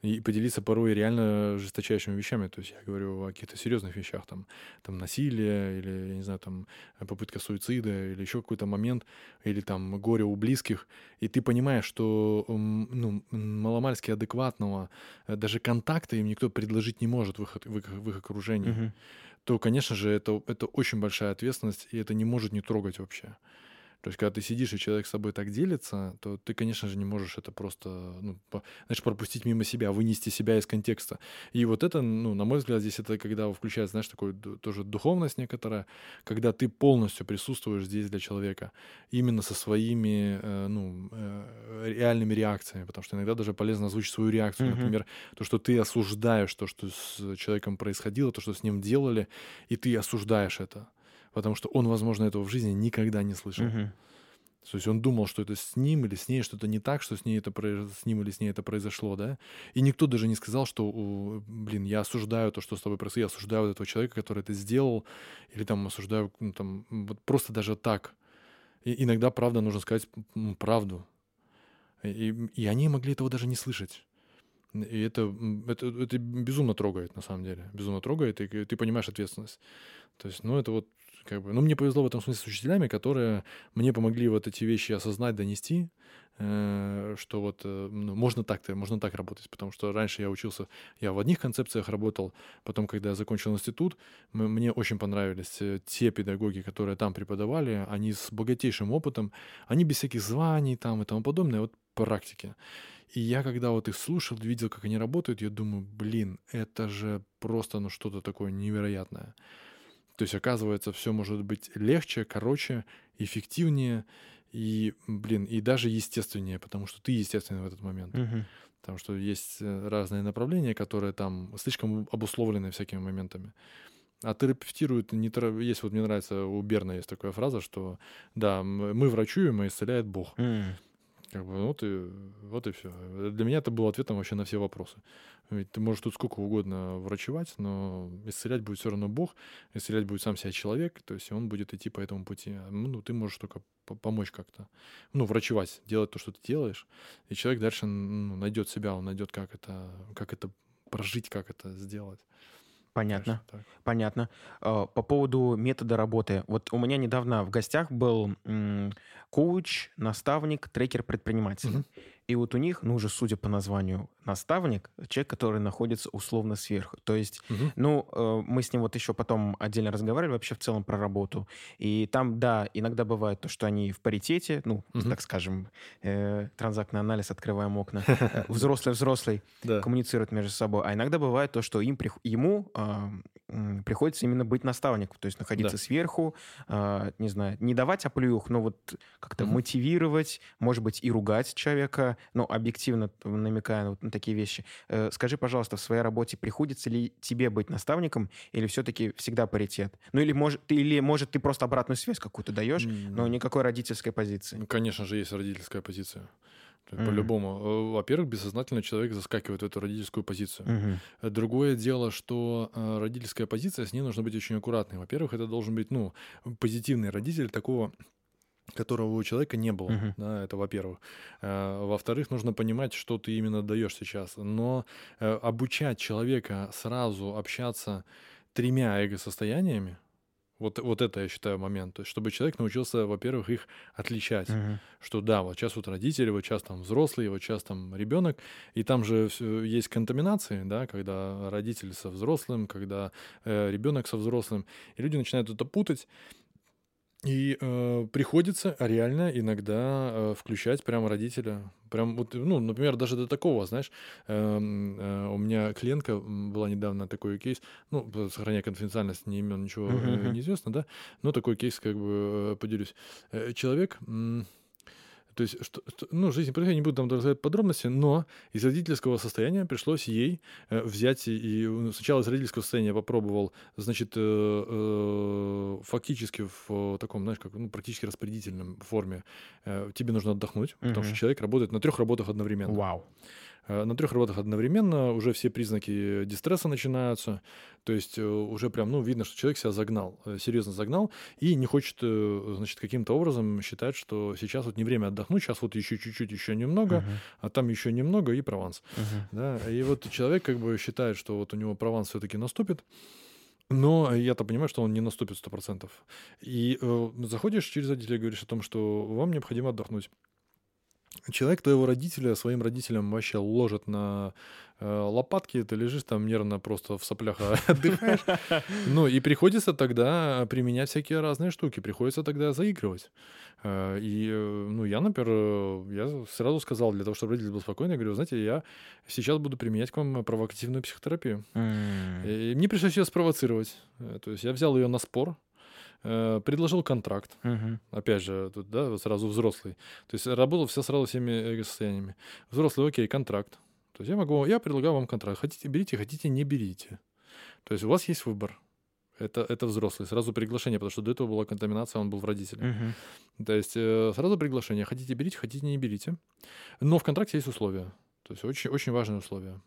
и поделиться порой реально жесточайшими вещами. То есть я говорю о каких-то серьезных вещах, там, там насилие или, я не знаю, там попытка суицида или еще какой-то момент, или там горе у близких, и ты понимаешь, что м, ну, м, маломальски адекватного э, даже контакта им никто предложить не может в их, в их, в их окружении, Мгм. то, конечно же, это, это очень большая ответственность, и это не может не трогать вообще. То есть, когда ты сидишь, и человек с тобой так делится, то ты, конечно же, не можешь это просто, ну, по- знаешь, пропустить мимо себя, вынести себя из контекста. И вот это, ну, на мой взгляд, здесь это когда включается, знаешь, такой ду- тоже духовность некоторая, когда ты полностью присутствуешь здесь для человека, именно со своими, э, ну, э, реальными реакциями, потому что иногда даже полезно озвучить свою реакцию. Мгм. Например, то, что ты осуждаешь то, что с человеком происходило, то, что с ним делали, и ты осуждаешь это. Потому что он, возможно, этого в жизни никогда не слышал. Мгм. То есть он думал, что это с ним или с ней что-то не так, что с ней это произ- с ним или с ней это произошло, да? И никто даже не сказал, что, «О, блин, я осуждаю то, что с тобой происходит, я осуждаю вот этого человека, который это сделал, или там осуждаю, ну, там, м, вот просто даже так. И иногда, правда, нужно сказать м, правду. И, и они могли этого даже не слышать. И это, м, это, это безумно трогает, на самом деле. Безумно трогает, и ты понимаешь ответственность. То есть, ну, это вот как бы... Ну, мне повезло в этом смысле с учителями, которые мне помогли вот эти вещи осознать, донести, э, что вот э, ну, можно так-то, можно так работать. Потому что раньше я учился, я в одних концепциях работал, потом, когда я закончил институт, м- мне очень понравились э, те педагоги, которые там преподавали, они с богатейшим опытом, они без всяких званий там и тому подобное, вот практики. И я, когда вот их слушал, видел, как они работают, я думаю, блин, это же просто, ну, что-то такое невероятное. То есть, оказывается, все может быть легче, короче, эффективнее и, блин, и даже естественнее, потому что ты естественный в этот момент. Мгм. Потому что есть э, разные направления, которые там слишком обусловлены всякими моментами. А терапевтируют не тера- Есть, вот мне нравится, у Берна есть такая фраза, что да, м- мы врачуем, а исцеляет Бог. М. Как бы, вот и, вот и все. Для меня это было ответом вообще на все вопросы. Ведь ты можешь тут сколько угодно врачевать, но исцелять будет все равно Бог, исцелять будет сам себя человек, то есть он будет идти по этому пути. А, Ну, ты можешь только по- помочь как-то. Ну, врачевать, делать то, что ты делаешь, и человек дальше ну, найдет себя, он найдет, как это, как это прожить, как это сделать. Так что Понятно, так. понятно. А, по поводу метода работы. Вот у меня недавно в гостях был м, коуч, наставник, трекер предпринимателя. Мгм. И вот у них, ну уже судя по названию, наставник, человек, который находится условно сверху. То есть, Мгм. ну, э, мы с ним вот еще потом отдельно разговаривали вообще в целом про работу. И там, да, иногда бывает то, что они в паритете, ну, Мгм. так скажем, э, транзактный анализ, открываем окна, э, Да. взрослый-взрослый Да. коммуницируют между собой. А иногда бывает то, что им, прих- ему а, м, приходится именно быть наставником, то есть находиться Да. сверху, а, не знаю, не давать оплеух, но вот как-то Мгм. мотивировать, может быть, и ругать человека, ну, объективно т- намекая вот на такие вещи. Э, Скажи, пожалуйста, в своей работе приходится ли тебе быть наставником или все-таки всегда паритет? Ну, или может, ты, или, может, ты просто обратную связь какую-то даешь, но М, никакой родительской позиции? Ну, конечно же, есть родительская позиция. То есть М, по-любому. Э, Во-первых, бессознательно человек заскакивает в эту родительскую позицию. мгм, Э, Другое дело, что э, родительская позиция, с ней нужно быть очень аккуратной. Во-первых, это должен быть, ну, позитивный родитель, такого, которого у человека не было. мгм, Да, это во-первых. Э, Во-вторых, нужно понимать, что ты именно даешь сейчас. Но э, обучать человека сразу общаться тремя эго-состояниями, вот, вот это, я считаю, момент. То есть, чтобы человек научился, во-первых, их отличать. мгм, Что да, вот сейчас вот родители, вот сейчас там взрослый, вот сейчас там ребенок. И там же всё- есть контаминации, да, когда родитель со взрослым, когда э, ребенок со взрослым. И люди начинают это путать. И э, приходится реально иногда э, включать прямо родителя. Прям вот, ну, например, даже до такого, знаешь, эм, э, у меня клиентка м, была недавно такой кейс, ну, п- сохраняя конфиденциальность, не имен, ничего мгм, э, мгм. не известно, да, но такой кейс, как бы, э, поделюсь. Э, Человек, м, то есть, что, что- ну, жизнь происходит, не буду там рассказать подробности, но из родительского состояния пришлось ей э, взять и, и, ну, сначала из родительского состояния попробовал, значит, э, э, фактически в э, таком, знаешь, как, ну, практически распорядительном форме. Э, тебе нужно отдохнуть, потому что Мгм. человек работает на трех работах одновременно. Вау. Э, На трех работах одновременно уже все признаки дистресса начинаются. То есть э, уже прям, ну, видно, что человек себя загнал, э, серьезно загнал, и не хочет, э, значит, каким-то образом считать, что сейчас вот не время отдохнуть, сейчас вот еще чуть-чуть, еще немного, Мгм. а там еще немного и прованс. Мгм. Да? И вот человек как бы считает, что вот у него прованс все-таки наступит, но я-то понимаю, что он не наступит сто процентов. И э, заходишь через родителей и говоришь о том, что вам необходимо отдохнуть. Человек твоего родителя своим родителям вообще ложит на э, лопатки, ты лежишь там нервно просто в соплях отдыхаешь. Ну, и приходится тогда применять всякие разные штуки, приходится тогда заигрывать. Э, И, э, ну, я, например, э, я сразу сказал, для того, чтобы родитель был спокойный, я говорю, знаете, я сейчас буду применять к вам провокативную психотерапию. М. И мне пришлось ее спровоцировать. Э, То есть я взял ее на спор, э, предложил контракт. Мгм. Опять же, тут, да, вот сразу взрослый. То есть работал все сразу всеми э, состояниями. Взрослый, окей, контракт. То есть я могу, я предлагаю вам контракт. Хотите, берите, хотите, не берите. То есть у вас есть выбор. Это, это взрослый. Сразу приглашение, потому что до этого была контаминация, он был в родителе. Мгм. То есть э, сразу приглашение. Хотите, берите, хотите, не берите. Но в контракте есть условия. То есть очень, очень важные условия.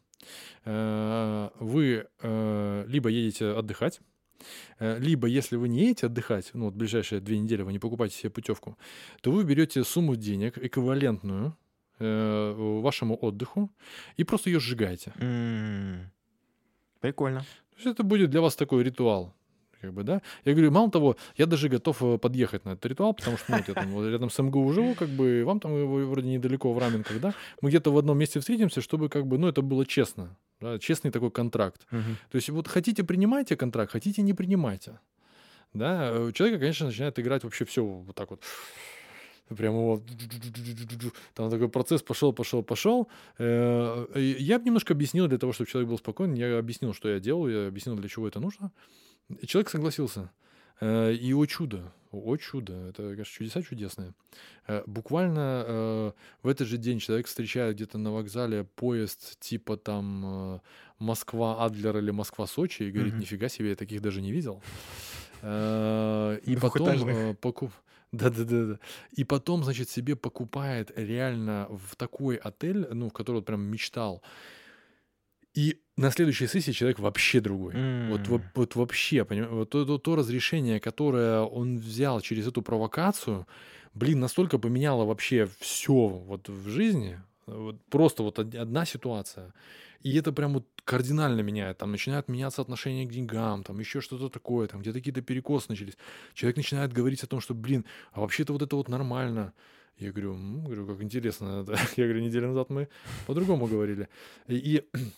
Э, Вы э, либо едете отдыхать, Э, либо, если вы не едете отдыхать, ну, вот ближайшие две недели вы не покупаете себе путевку, то вы берете сумму денег, эквивалентную э, вашему отдыху, и просто ее сжигаете. М. Прикольно. То есть это будет для вас такой ритуал. Как бы, да? Я говорю, мало того, я даже готов э, подъехать на этот ритуал, потому что ну, вот я там вот рядом с МГУ живу, как бы, и вам там э, вы вроде недалеко в Раменках, да? Мы где-то в одном месте встретимся, чтобы как бы, ну, это было честно, да? Честный такой контракт. Мгм. То есть вот хотите принимайте контракт, хотите не принимайте. Да, э, у человека, конечно, начинает играть вообще все вот так вот. Прямо вот там такой процесс пошел, пошел, пошел. Э, и Я бы немножко объяснил для того, чтобы человек был спокоен. Я объяснил, что я делаю, я объяснил, для чего это нужно. И человек согласился. Э, И о чудо, о чудо, это, конечно, чудеса чудесные. Э, Буквально э, в этот же день человек встречает где-то на вокзале поезд типа там э, Москва-Адлер или Москва-Сочи и говорит, Мгм. нифига себе, я таких даже не видел. Э, И потом Двухэтажных. э, покуп... Да-да-да. И потом, значит, себе покупает реально в такой отель, ну, в который вот прям мечтал. И на следующей сессии человек вообще другой. Вот, вот, М. вот вообще, понимаешь, вот то, то- то разрешение, которое он взял через эту провокацию, блин, настолько поменяло вообще все вот в жизни. Вот просто вот од- одна ситуация. И это прям вот кардинально меняет. Там начинают меняться отношения к деньгам, там еще что-то такое, там где-то какие-то перекосы начались. Человек начинает говорить о том, что, блин, а вообще-то вот это вот нормально. Я говорю, «М, говорю, как интересно. это». Я говорю, неделю назад мы по-другому говорили. И, и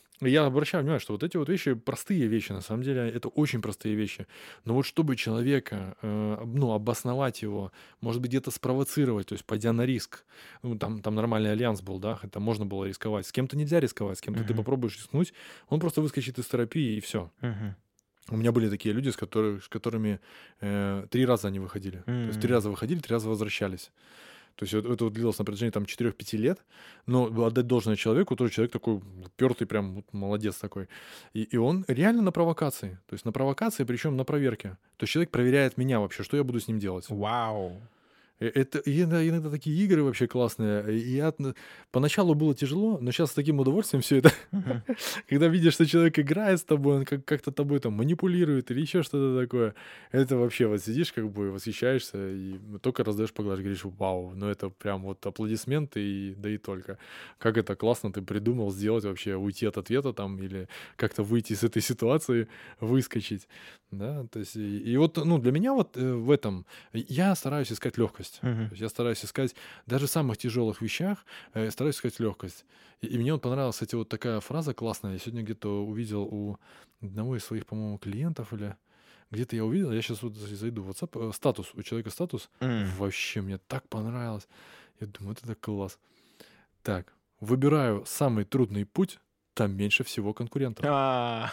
я обращаю внимание, что вот эти вот вещи, простые вещи, на самом деле, это очень простые вещи. Но вот чтобы человека, э, ну, обосновать его, может быть, где-то спровоцировать, то есть пойдя на риск, ну, там, там нормальный альянс был, да, это можно было рисковать. С кем-то нельзя рисковать, с кем-то ты Мгм. попробуешь рискнуть, он просто выскочит из терапии, и все. Мгм. У меня были такие люди, с, которых, с которыми э, три раза они выходили. То есть три М. раза выходили, три раза возвращались. То есть вот это вот длилось на протяжении там четырех-пяти лет, но отдать должное человеку, тоже человек такой упертый, прям вот молодец такой. И, и он реально на провокации. То есть на провокации, причем на проверке. То есть человек проверяет меня вообще, что я буду с ним делать. Вау. Э, Это и иногда, иногда такие игры вообще классные. И я н- поначалу было тяжело, но сейчас с таким удовольствием все это. Мгм. Когда видишь, что человек играет с тобой, он как- как-то тобой там манипулирует или еще что-то такое. Это вообще вот сидишь как бы восхищаешься и только раздаешь по глаз, говоришь, вау, ну это прям вот аплодисменты и да и только. Как это классно ты придумал сделать вообще, уйти от ответа там или как-то выйти из этой ситуации, выскочить. Да, то есть и, и вот, ну, для меня вот э, в этом я стараюсь искать легкость. То Мгм. есть я стараюсь искать даже в самых тяжелых вещах, э, стараюсь искать легкость. И, и мне вот понравилась, кстати, вот такая фраза классная. Я сегодня где-то увидел у одного из своих, по-моему, клиентов или где-то я увидел, я сейчас вот зайду в WhatsApp, э, статус, у человека статус. М. Вообще мне так понравилось. Я думаю, вот это класс. Так, выбираю самый трудный путь, там меньше всего конкурентов. А.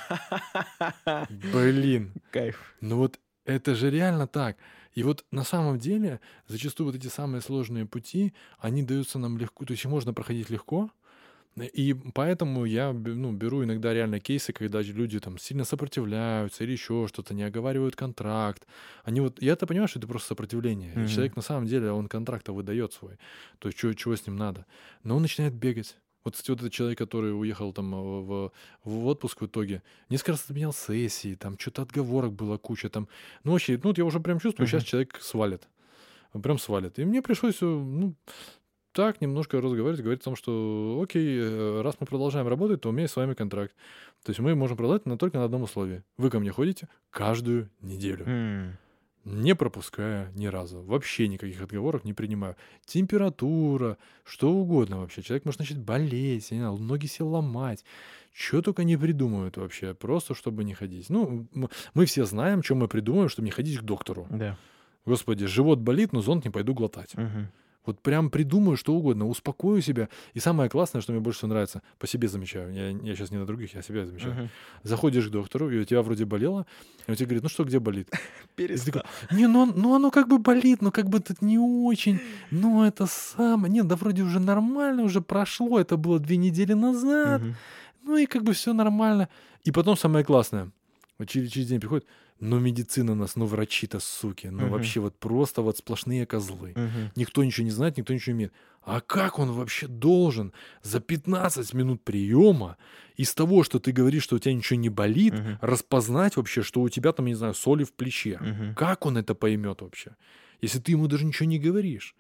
Блин, Кайф. ну вот это же реально так. И вот на самом деле зачастую вот эти самые сложные пути, они даются нам легко, то есть их можно проходить легко, и поэтому я бе- ну, беру иногда реально кейсы, когда люди там сильно сопротивляются или еще что-то, не оговаривают контракт. Они вот, я-то понимаю, что это просто сопротивление. И Мгм. человек на самом деле, он контракт выдает свой, то есть чего, чего с ним надо. Но он начинает бегать. Вот, кстати, вот этот человек, который уехал там э, в, в отпуск в итоге, несколько раз отменял сессии, там что-то отговорок было куча, там, ну, вообще, ну, вот я уже прям чувствую, сейчас Мгм. человек свалит, прям свалит. И мне пришлось, э, ну, так немножко разговаривать, говорить о том, что, окей, э, раз мы продолжаем работать, то у меня есть с вами контракт. То есть мы можем продать, но только на одном условии. Вы ко мне ходите каждую неделю, М. не пропуская ни разу. Вообще никаких отговорок не принимаю. Температура, что угодно вообще. Человек может начать болеть, я не знаю, ноги себе ломать. Что только не придумают вообще, просто чтобы не ходить. Ну, м- мы все знаем, что мы придумаем, чтобы не ходить к доктору. Да. Господи, живот болит, но зонт не пойду глотать. Мгм. Вот прям придумаю что угодно, успокою себя. И самое классное, что мне больше всего нравится, по себе замечаю, я, я сейчас не на других, я себя замечаю. Мгм. Заходишь к доктору, и у тебя вроде болело, и он тебе говорит, ну что, где болит? И ты такой, Перестал. не, ну, он- ну оно как бы болит, но как бы тут не очень, ну это самое, нет, да вроде уже нормально, уже прошло, это было две недели назад, Мгм. ну и как бы все нормально. И потом самое классное, вот через, через день приходит, ну медицина у нас, ну врачи-то суки, ну Мгм. вообще вот просто вот сплошные козлы. Мгм. Никто ничего не знает, никто ничего не умеет. А как он вообще должен за пятнадцать минут приема из того, что ты говоришь, что у тебя ничего не болит, Мгм. распознать вообще, что у тебя там, не знаю, соли в плече? Мгм. Как он это поймет вообще, если ты ему даже ничего не говоришь?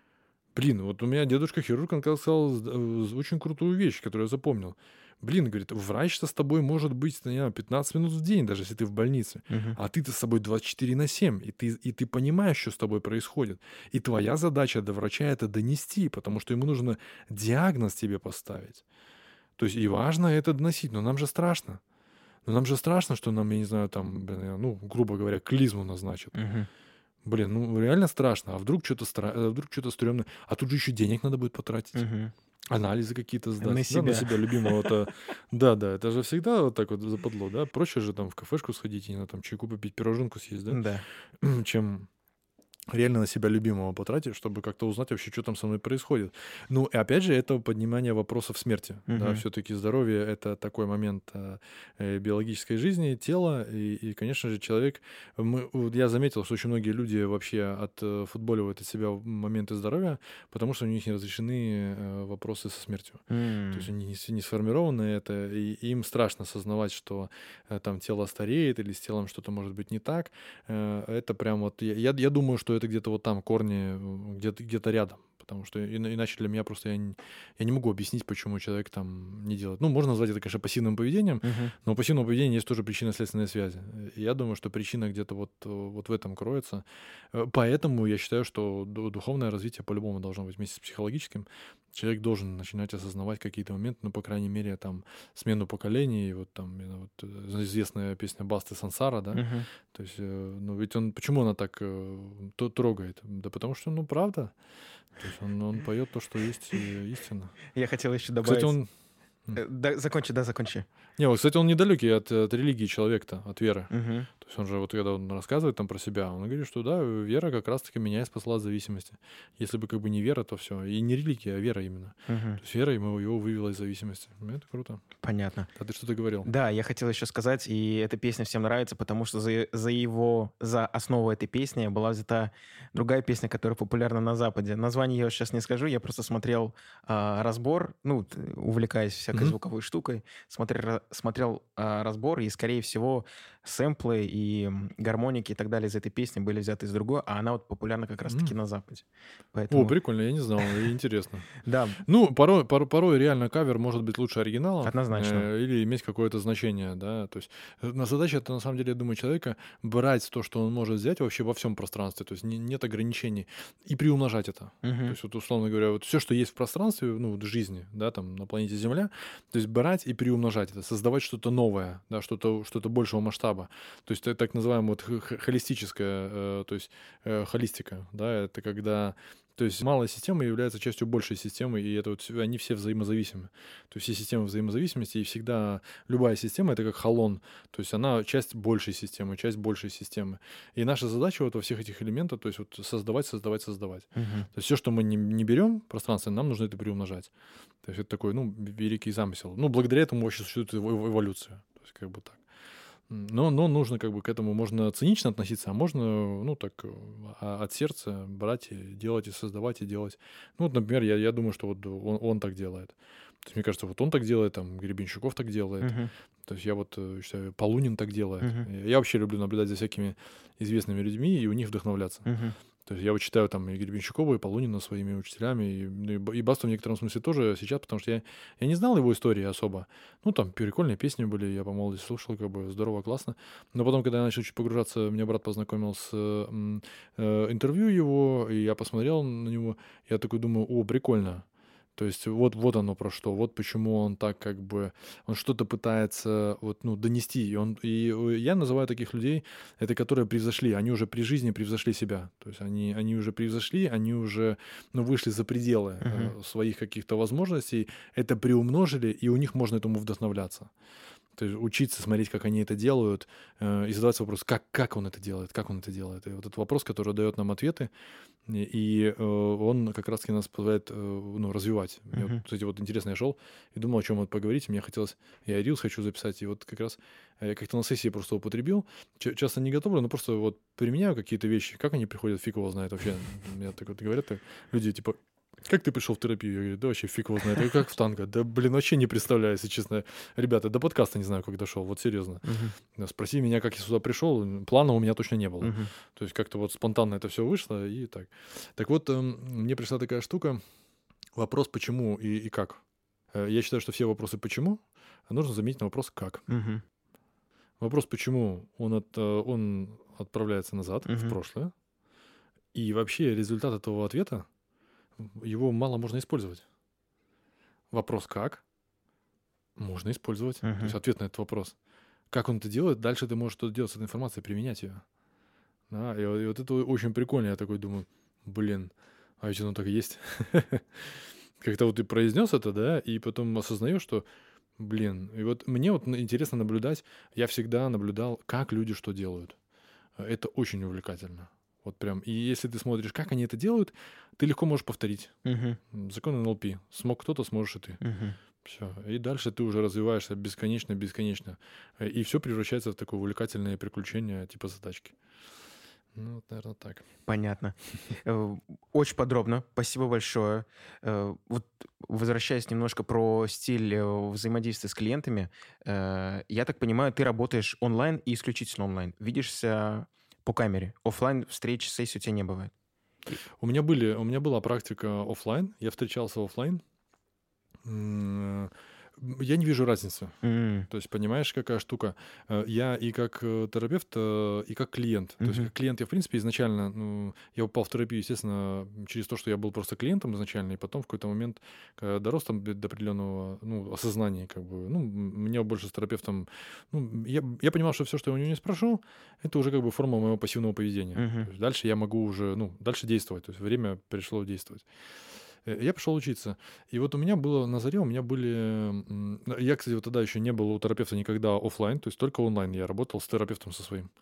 Блин, вот у меня дедушка-хирург, он сказал э, очень крутую вещь, которую я запомнил. Блин, говорит, врач-то с тобой может быть, не знаю, пятнадцать минут в день, даже если ты в больнице. Мгм. А ты-то с собой двадцать четыре на семь, и ты, и ты понимаешь, что с тобой происходит. И твоя задача до врача это донести, потому что ему нужно диагноз тебе поставить. То есть и важно это доносить, но нам же страшно. Но нам же страшно, что нам, я не знаю, там, блин, ну, грубо говоря, клизму назначат. Мгм. Блин, ну реально страшно. А вдруг что-то стра... э, вдруг что-то стрёмное. А тут же еще денег надо будет потратить. Мгм. Анализы какие-то На сдать. Да, на себя. себя любимого-то. Да, да, это же всегда вот так вот западло, да. Проще же там в кафешку сходить и на там чайку попить, пироженку съесть, да, Да. чем реально на себя любимого потратить, чтобы как-то узнать вообще, что там со мной происходит. Ну, и опять же, это поднимание вопросов смерти. Да, Мгм. все-таки здоровье — это такой момент э, э, биологической жизни, тела, и, и, конечно же, человек... Мы, вот я заметил, что очень многие люди вообще отфутболивают от себя моменты здоровья, потому что у них не разрешены э, вопросы со смертью. То есть М. они не, с- не сформированы это, и им страшно осознавать, что э, там тело стареет или с телом что-то может быть не так. Э, Это прям вот... Я, я я думаю, что это где-то вот там корни, э, где-то где рядом. Потому что ина- иначе для меня просто я не, я не могу объяснить, почему человек там не делает. Ну, можно назвать это, конечно, пассивным поведением, Мгм. но у пассивного поведения есть тоже причинно-следственные связи. И я думаю, что причина где-то вот, э, вот в этом кроется. Э, Поэтому я считаю, что ду- духовное развитие по-любому должно быть вместе с психологическим. Человек должен начинать осознавать какие-то моменты, ну, по крайней мере, там, смену поколений, вот там, именно вот э, известная песня Басты «Сансара», да, Мгм. то есть, э, ну, ведь он, почему она так э, то- трогает? Да потому что, ну, правда. То есть он, он поет то, что есть э, истина. Я хотел еще Кстати, добавить. он... м. Э, Да, закончи, да, закончи. Не, вот, кстати, он недалекий от, от религии человека-то, от веры. Мгм. То есть он же, вот когда он рассказывает там про себя, он говорит, что да, вера как раз-таки меня и спасла от зависимости. Если бы как бы не вера, то все. И не религия, а вера именно. Мгм. То есть вера ему его вывела из зависимости. Ну, это круто. Понятно. А ты что-то говорил? Да, я хотел еще сказать, и эта песня всем нравится, потому что за, за его, за основу этой песни была взята другая песня, которая популярна на Западе. Название я сейчас не скажу, я просто смотрел а, разбор, ну, т- увлекаясь всякой Мгм. звуковой штукой, смотрел, смотрел а, разбор, и, скорее всего, сэмплы и м, гармоники и так далее из этой песни были взяты из другой, а она вот популярна как раз-таки М. на Западе. О, Поэтому, прикольно, я не знал, и интересно. да, Ну, порой, порой, порой реально кавер может быть лучше оригинала однозначно. э, или иметь какое-то значение, да. То есть э, на задача это на самом деле, я думаю, человека брать то, что он может взять вообще во всем пространстве, то есть не- нет ограничений, и приумножать это. То Мгм. есть вот условно говоря, вот все, что есть в пространстве, ну, вот в жизни, да, там на планете Земля, то есть брать и приумножать это, создавать что-то новое, да, что-то что-то большего масштаба. То есть это так называемая вот х- х- холистическая, э, то есть э, холистика, да, это когда то есть малая система является частью большей системы, и это вот всё- они все взаимозависимы. То есть все системы взаимозависимости, и всегда любая система — это как холон. То есть она часть большей системы, часть большей системы. И наша задача вот во всех этих элементах, то есть вот создавать, создавать, создавать. Мгм. То есть все, что мы не, не берем в пространстве, нам нужно это приумножать. То есть это такой, ну, великий замысел. Ну, благодаря этому вообще существует эво- эво- эволюция. То есть как бы так. М, Но, но нужно как бы к этому можно цинично относиться, а можно, ну, так, э, а- от сердца брать и делать, и создавать, и делать. Ну, вот, например, я, я думаю, что вот он, он так делает. То есть мне кажется, вот он так делает, там Гребенщиков так делает. Мгм. То есть я вот э, считаю, Полунин так делает. Мгм. Я вообще люблю наблюдать за всякими известными людьми и у них вдохновляться. Мгм. То есть я вот читаю там и Гребенщикова, и Полунина своими учителями, и, ну, и Ба- и Басту в некотором смысле тоже сейчас, потому что я, я не знал его истории особо. Ну, там прикольные песни были, я по молодости слушал, как бы здорово, классно. Но потом, когда я начал чуть погружаться, меня брат познакомил с э, м, э, интервью его, и я посмотрел на него, я такой думаю, о, прикольно. То есть вот, вот оно про что, вот почему он так как бы, он что-то пытается вот, ну, донести. И, он, и э, я называю таких людей, это которые превзошли, они уже при жизни превзошли себя. То есть они, они уже превзошли, они уже, ну, вышли за пределы Мгм. э, своих каких-то возможностей, это приумножили, и у них можно этому вдохновляться. То есть учиться, смотреть, как они это делают, э, и задаваться вопрос, как, как он это делает, как он это делает. И вот этот вопрос, который дает нам ответы, и и, э, он как раз-таки нас позволяет э, ну, развивать. Мне вот, Мгм. кстати, вот интересно, я шел и думал, о чем вот поговорить. Мне хотелось, я рилс хочу записать, и вот как раз э, я как-то на сессии просто употребил. Ча- часто не готовлю, но просто вот применяю какие-то вещи. Как они приходят, фиг его знает вообще. Мне так вот говорят, так, люди типа, как ты пришел в терапию? Я говорю, да вообще фиг его знает. Я говорю, как в танго? Да, блин, вообще не представляю, если честно. Ребята, до подкаста не знаю, как дошел, вот серьезно. Мгм. Да, спроси меня, как я сюда пришел, м, плана у меня точно не было. Мгм. То есть как-то вот спонтанно это все вышло и так. Так вот, эм, мне пришла такая штука, вопрос почему и, и как. Э, Я считаю, что все вопросы почему, а нужно заметить на вопрос как. Мгм. Вопрос почему, он, от, э, он отправляется назад, в Мгм. прошлое, и вообще результат этого ответа, м, его мало можно использовать. Вопрос как можно использовать. То есть Мгм. ответ на этот вопрос. Как он это делает, дальше ты можешь что-то делать с этой информацией, применять ее. Да, и, вот и вот это очень прикольно. Я такой думаю, блин, а ведь оно так и есть. Как-то вот ты произнес это, да, и потом осознаешь, что, блин, и вот мне вот н- интересно наблюдать, я всегда наблюдал, как люди что делают. Э, Это очень увлекательно. Вот прям. И если ты смотришь, как они это делают, ты легко можешь повторить. Мгм. М, Закон эн эл пи. Смог кто-то, сможешь и ты. Мгм. Все. И дальше ты уже развиваешься бесконечно-бесконечно. Э, И все превращается в такое увлекательное приключение типа задачки. Ну, вот, наверное, так. Понятно. Э, Очень подробно. Спасибо большое. Э, Вот возвращаясь немножко про стиль э, взаимодействия с клиентами, э, я так понимаю, ты работаешь онлайн и исключительно онлайн. Видишься по камере. Оффлайн встреч, сессий у тебя не бывает. И- У меня были, у меня была практика оффлайн, я встречался оффлайн. М, Я не вижу разницы. М. То есть, понимаешь, какая штука? Э, Я и как э, терапевт, э, и как клиент. То есть, Мгм. как клиент я, в принципе, изначально, ну, я упал в терапию, естественно, через то, что я был просто клиентом изначально, и потом в какой-то момент, когда дорос там до до определенного, ну, осознания, как бы, ну, м, мне больше с терапевтом, ну, я, я понимал, что все, что я у него не спрошу, это уже как бы форма моего пассивного поведения. Мгм. То есть дальше я могу уже, ну, дальше действовать, то есть время пришло действовать. Э, Я пошел учиться. И вот у меня было на заре, у меня были... м, ну, Я, кстати, вот тогда еще не был у терапевта никогда оффлайн, то есть только онлайн я работал с терапевтом со своим.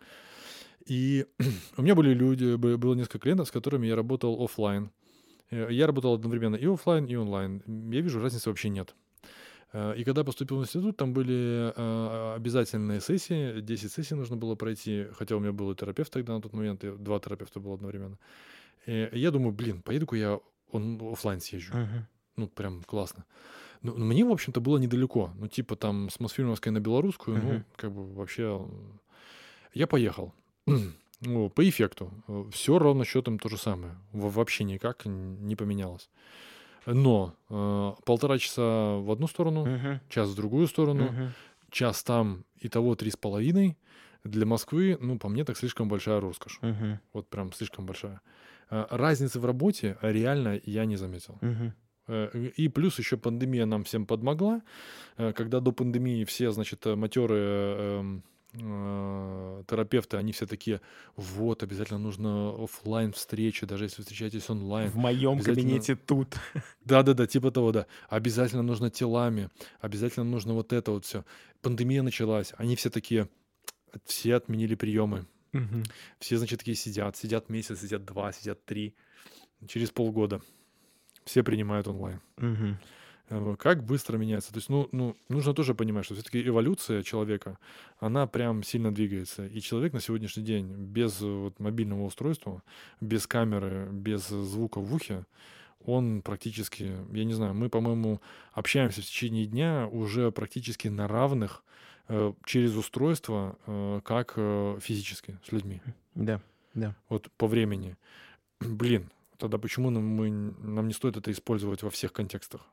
И у меня были люди, бы- было несколько клиентов, с которыми я работал оффлайн. Э, Я работал одновременно и оффлайн, и онлайн. М, Я вижу, разницы вообще нет. Э, И когда поступил в институт, там были э, обязательные сессии, десять сессий нужно было пройти, хотя у меня был и терапевт тогда на тот момент, и два терапевта было одновременно. И я думаю, блин, поеду-ка я он, оффлайн съезжу. Мгм. Ну, прям классно. Ну, ну, мне, в общем-то, было недалеко. Ну, типа там с Мосфильмовской на Белорусскую, ну, Мгм. как бы вообще... м, Я поехал. Ну, по эффекту. Все ровно счетом то же самое. Во- Вообще никак н- не поменялось. Но э, полтора часа в одну сторону, Мгм. час в другую сторону, Мгм. час там, итого три с половиной. Для Москвы, ну, по мне, так слишком большая роскошь. Мгм. Вот прям слишком большая. Э, Разницы в работе реально я не заметил. Мгм. Э, И плюс еще пандемия нам всем подмогла. Э, Когда до пандемии все, значит, матерые терапевты, они все такие, вот, обязательно нужно оффлайн встречи, даже если встречаетесь онлайн. В моем Обязательно, кабинете тут. да-да-да, типа того, да. Обязательно нужно телами, обязательно нужно вот это вот все. Пандемия началась, они все такие, все отменили приемы. Мгм. Все, значит, такие сидят, сидят месяц, сидят два, сидят три. Через полгода все принимают онлайн. Мгм. Э, Как быстро меняется. То есть, ну, ну, нужно тоже понимать, что все-таки эволюция человека, она прям сильно двигается. И человек на сегодняшний день без э, вот, мобильного устройства, без камеры, без звука в ухе, он практически, я не знаю, мы, по-моему, общаемся в течение дня уже практически на равных э, через устройство, э, как э, физически с людьми. Да, да. Вот по времени. Блин, тогда почему нам, мы, нам не стоит это использовать во всех контекстах?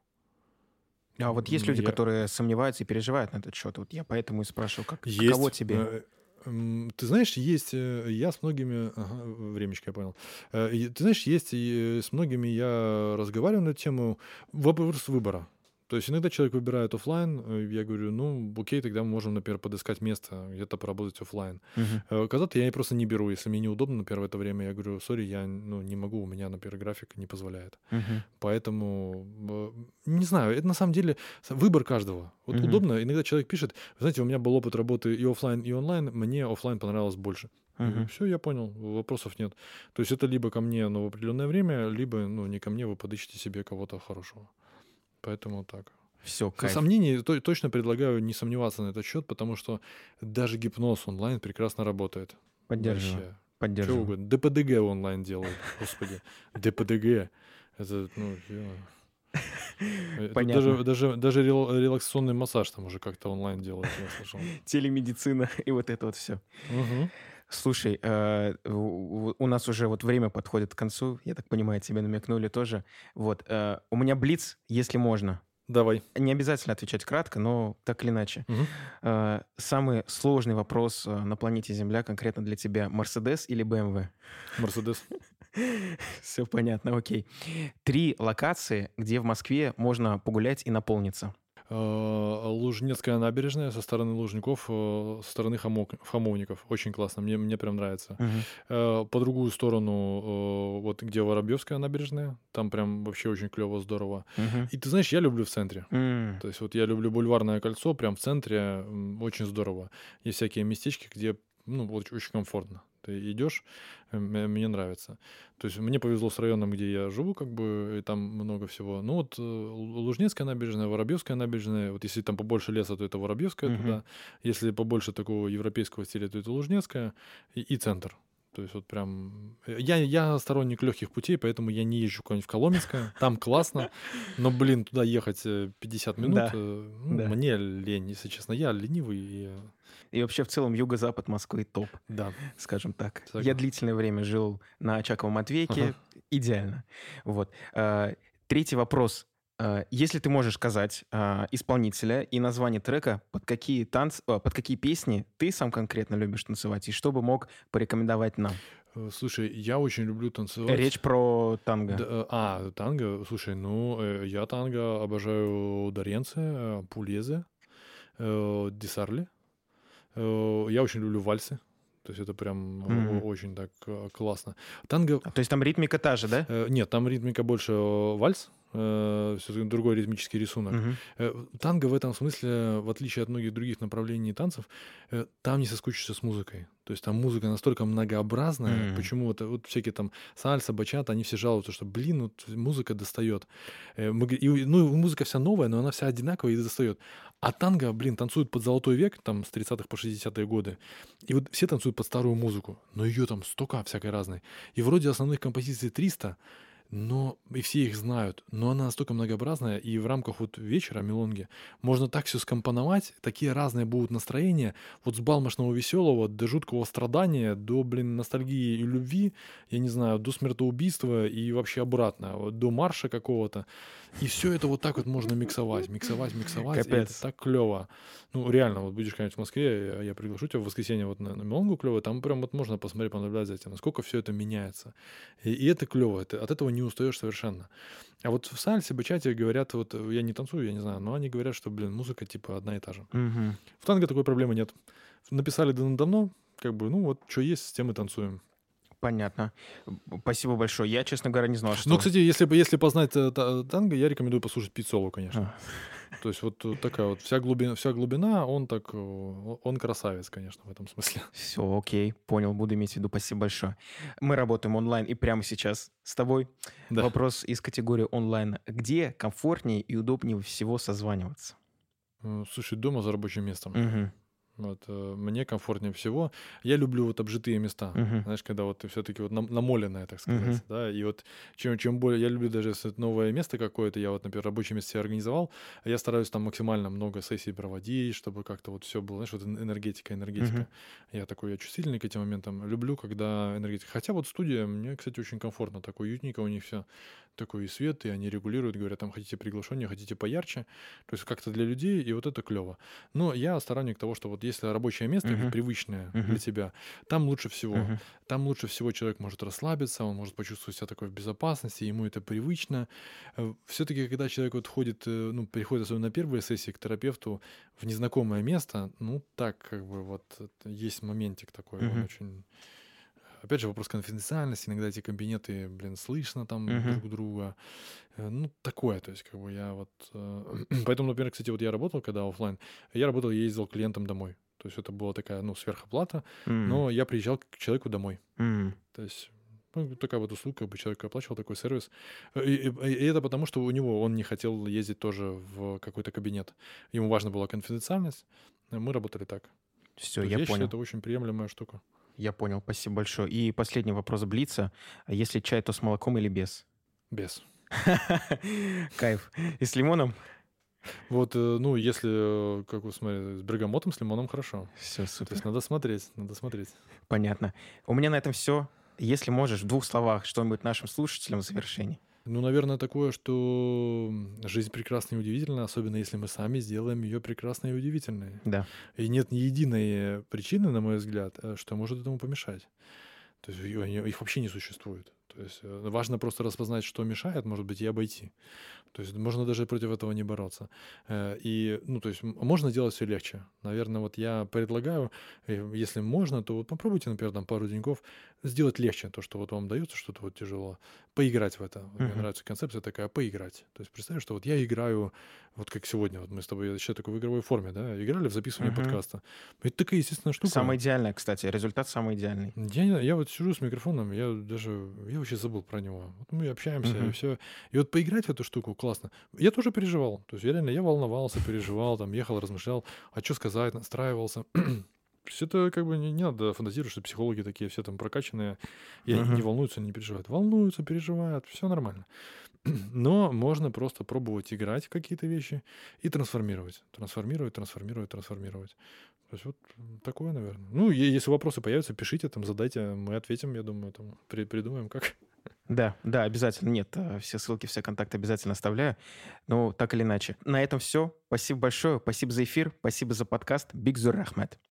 А вот есть люди, Я... которые сомневаются и переживают на этот счет. Вот я поэтому и спрашиваю, как, Есть. каково тебе? Э, м, Ты знаешь, есть, э, я с многими, ага, времечко я понял. Э, и Ты знаешь, есть, и с многими я разговариваю на эту тему. Вопрос выбора. То есть иногда человек выбирает оффлайн, э, я говорю, ну, окей, тогда мы можем, например, подыскать место, где-то поработать оффлайн. Мгм. Э, Когда-то я просто не беру, если мне неудобно, например, в это время, я говорю, сори, я ну, не могу, у меня, например, график не позволяет. Мгм. Поэтому, э, не знаю, это на самом деле с- выбор каждого. Вот Мгм. удобно, иногда человек пишет, вы знаете, у меня был опыт работы и оффлайн, и онлайн, мне оффлайн понравилось больше. Мгм. Все, я понял, вопросов нет. То есть это либо ко мне, но в определенное время, либо ну, не ко мне, вы подыщите себе кого-то хорошего. Поэтому так. Все, Со кайф. сомнений то- точно предлагаю не сомневаться на этот счет, потому что даже гипноз онлайн прекрасно работает. Поддерживаю. Вообще. Чего Поддерживаю. угодно. ДПДГ онлайн делают. Господи. ДПДГ. Это, ну, я- э, тут Понятно. даже, даже, даже рел- релаксационный массаж там уже как-то онлайн делают, я слышал. Телемедицина и вот это вот все. Мгм. Слушай, э, у у нас уже вот время подходит к концу. Я так понимаю, тебе намекнули тоже. Вот, э, у меня блиц, если можно. Давай. Не обязательно отвечать кратко, но так или иначе. Мгм. Э, Самый сложный вопрос э, на планете Земля конкретно для тебя. Мерседес или бэ эм вэ? Мерседес. Все понятно, окей. Три локации, где в Москве можно погулять и наполниться. Э, Лужнецкая набережная со стороны Лужников, э, со стороны Хамок- Хамовников. Очень классно, мне, мне прям нравится. Мгм. Э, По другую сторону, э, вот где Воробьевская набережная, там прям вообще очень клево, здорово. Мгм. И ты знаешь, я люблю в центре. М, То есть вот я люблю Бульварное кольцо, прям в центре, м, очень здорово. Есть всякие местечки, где, ну, вот очень комфортно. Ты идешь, э, м- мне нравится. То есть мне повезло с районом, где я живу, как бы, и там много всего. Ну вот э, Лу- Лужнецкая набережная, Воробьевская набережная. Вот если там побольше леса, то это Воробьевская Мгм. туда. Если побольше такого европейского стиля, то это Лужнецкая и, и центр. То есть вот прям... э, Я, я сторонник легких путей, поэтому я не езжу куда-нибудь в Коломенское. Там классно. Но, блин, туда ехать э, пятьдесят минут, Да, э, ну, да. мне лень, если честно. Я ленивый. И, э, И вообще в целом юго-запад Москвы топ, да, скажем так. Я согласен. длительное время жил на Очаковом Ага. отвеке. Идеально. Вот. Э, Третий вопрос. Э, Если ты можешь сказать э, исполнителя и название трека, под какие танцы, э, под какие песни ты сам конкретно любишь танцевать, и что бы мог порекомендовать нам? Э, Слушай, я очень люблю танцевать. Речь про танго. Да, э, а, танго. Слушай, ну, э, я танго обожаю Доренце, э, Пулезе, э, Десарли. Э, Я очень люблю вальсы. То есть это прям о- М. очень так э, классно. Танго... А, То есть там ритмика та же, да? э, Нет, там ритмика больше э, вальс, все-таки другой ритмический рисунок. Мгм. Э, Танго в этом смысле, в отличие от многих других направлений танцев, э, там не соскучишься с музыкой. То есть там музыка настолько многообразная. М. Почему вот, вот всякие там сальса, бачата, они все жалуются, что, блин, вот музыка достает. Э, мы г- и, ну, музыка вся новая, но она вся одинаковая и достает. А танго, блин, танцуют под золотой век, там с тридцатых по шестидесятые годы. И вот все танцуют под старую музыку. Но ее там столько всякой разной. И вроде основных композиций триста, но и все их знают, но она настолько многообразная, и в рамках вот вечера мелонги можно так все скомпоновать, такие разные будут настроения, вот с балмошного веселого до жуткого страдания, до, блин, ностальгии и любви, я не знаю, до смертоубийства и вообще обратно, вот до марша какого-то. И все это вот так вот можно миксовать, миксовать, миксовать, и это Капец. так клево. Ну, реально, вот будешь когда-нибудь в Москве, я, я приглашу тебя в воскресенье вот на, на мелонгу клево, там прям вот можно посмотреть, понаблюдать за этим, насколько все это меняется. И, и это клево, это, от этого не устаешь совершенно. А вот в сальсе, бачате говорят, вот э, я не танцую, я не знаю, но они говорят, что, блин, музыка типа одна и та же. Мгм. В танго такой проблемы нет. Написали давно, как бы, ну вот, что есть, с тем и танцуем. Понятно. Б- Спасибо большое. Я, честно говоря, не знал, что... Ну, кстати, если, бы- если познать э, та- танго, я рекомендую послушать Пиццоло, конечно. А, То есть вот э, такая вот вся глубина, вся глубина, он так, э, он красавец, конечно, в этом смысле. Все, окей, понял, буду иметь в виду. Спасибо большое. Мы работаем онлайн и прямо сейчас с тобой. Да. Вопрос из категории онлайн. Где комфортнее и удобнее всего созваниваться? Э, Слушай, дома за рабочим местом. Мгм. Вот, э, мне комфортнее всего. Я люблю вот обжитые места. Мгм. Знаешь, когда вот ты все-таки вот нам- намоленное, так Мгм. сказать, да, и вот чем, чем более, я люблю даже если это новое место какое-то, я вот, например, рабочее место себе организовал, а я стараюсь там максимально много сессий проводить, чтобы как-то вот все было, знаешь, вот эн- энергетика, Мгм. энергетика. Я такой, я чувствительный к этим моментам, люблю, когда энергетика. Хотя вот студия, мне, кстати, очень комфортно, так уютненько у них все, такой и свет, и они регулируют, говорят, там хотите приглашение, хотите поярче, то есть как-то для людей, и вот это клево. Но я сторонник того, что вот если рабочее место Мгм. привычное для Мгм. тебя, там лучше всего. Мгм. Там лучше всего человек может расслабиться, он может почувствовать себя такой в безопасности, ему это привычно. Все-таки, когда человек вот ходит, э, ну, приходит особенно на первые сессии к терапевту в незнакомое место, ну, так как бы вот это есть моментик такой, он Мгм. очень... Опять же, вопрос конфиденциальности, иногда эти кабинеты, блин, слышно там Мгм. друг друга. Э, Ну, такое, то есть, как бы я вот... э, Поэтому, например, кстати, вот я работал, когда оффлайн, я работал, я ездил к клиентам домой. То есть это была такая, ну, сверхоплата, М. но я приезжал к человеку домой. М. То есть, ну, такая вот услуга, как бы человек оплачивал такой сервис. Э, И, и- и это потому, что у него, он не хотел ездить тоже в какой-то кабинет. Ему важна была конфиденциальность. э, Мы работали так. Все, То есть я я считаю, понял. это очень приемлемая штука. Я понял. Спасибо большое. И последний вопрос Блица. А если чай, то с молоком или без? Без. Кайф. И с лимоном? Вот, э, ну, если, э, как вы смотрите, с бергамотом, с лимоном хорошо. Все, То супер. есть надо смотреть, надо смотреть. Понятно. У меня на этом все. Если можешь, в двух словах что-нибудь нашим слушателям в завершении. Ну, наверное, такое, что м, жизнь прекрасна и удивительна, особенно если мы сами сделаем ее прекрасной и удивительной. Да. И нет ни единой причины, на мой взгляд, э, что может этому помешать. То есть её- её- их вообще не существует. То есть э, важно просто распознать, что мешает, может быть, и обойти. То есть можно даже против этого не бороться. Э, И, ну, то есть м- можно делать все легче. Наверное, вот я предлагаю, э, если можно, то вот попробуйте, например, там пару деньков сделать легче то, что вот вам дается что-то вот тяжело, поиграть в это. Вот мне Мгм. нравится концепция такая, поиграть. То есть представь, что вот я играю, вот как сегодня, вот мы с тобой, я считаю, такой в игровой форме, да, играли в записывание Мгм. подкаста. Это такая естественная Самое штука. идеальное, кстати. Результат самый идеальный. Я, не знаю, я вот сижу с микрофоном, я даже, я вообще забыл про него. Вот мы общаемся, и Мгм. все. И вот поиграть в эту штуку классно. Я тоже переживал. То есть я реально, я волновался, переживал, там, ехал, размышлял, а что сказать, настраивался. То есть это как бы не, не надо фантазировать, что психологи такие все там прокачанные, и они не Мгм. волнуются, не переживают. Волнуются, переживают, все нормально. Но можно просто пробовать играть в какие-то вещи и трансформировать. Трансформировать, трансформировать, трансформировать. То есть вот м, такое, наверное. Ну, е- если вопросы появятся, пишите, там, задайте, мы ответим, я думаю, там, при- придумаем, как. Да, да, обязательно. Нет, э, все ссылки, все контакты обязательно оставляю. Ну, так или иначе. На этом все. Спасибо большое. Спасибо за эфир. Спасибо за подкаст. Биг Зур Ахмед.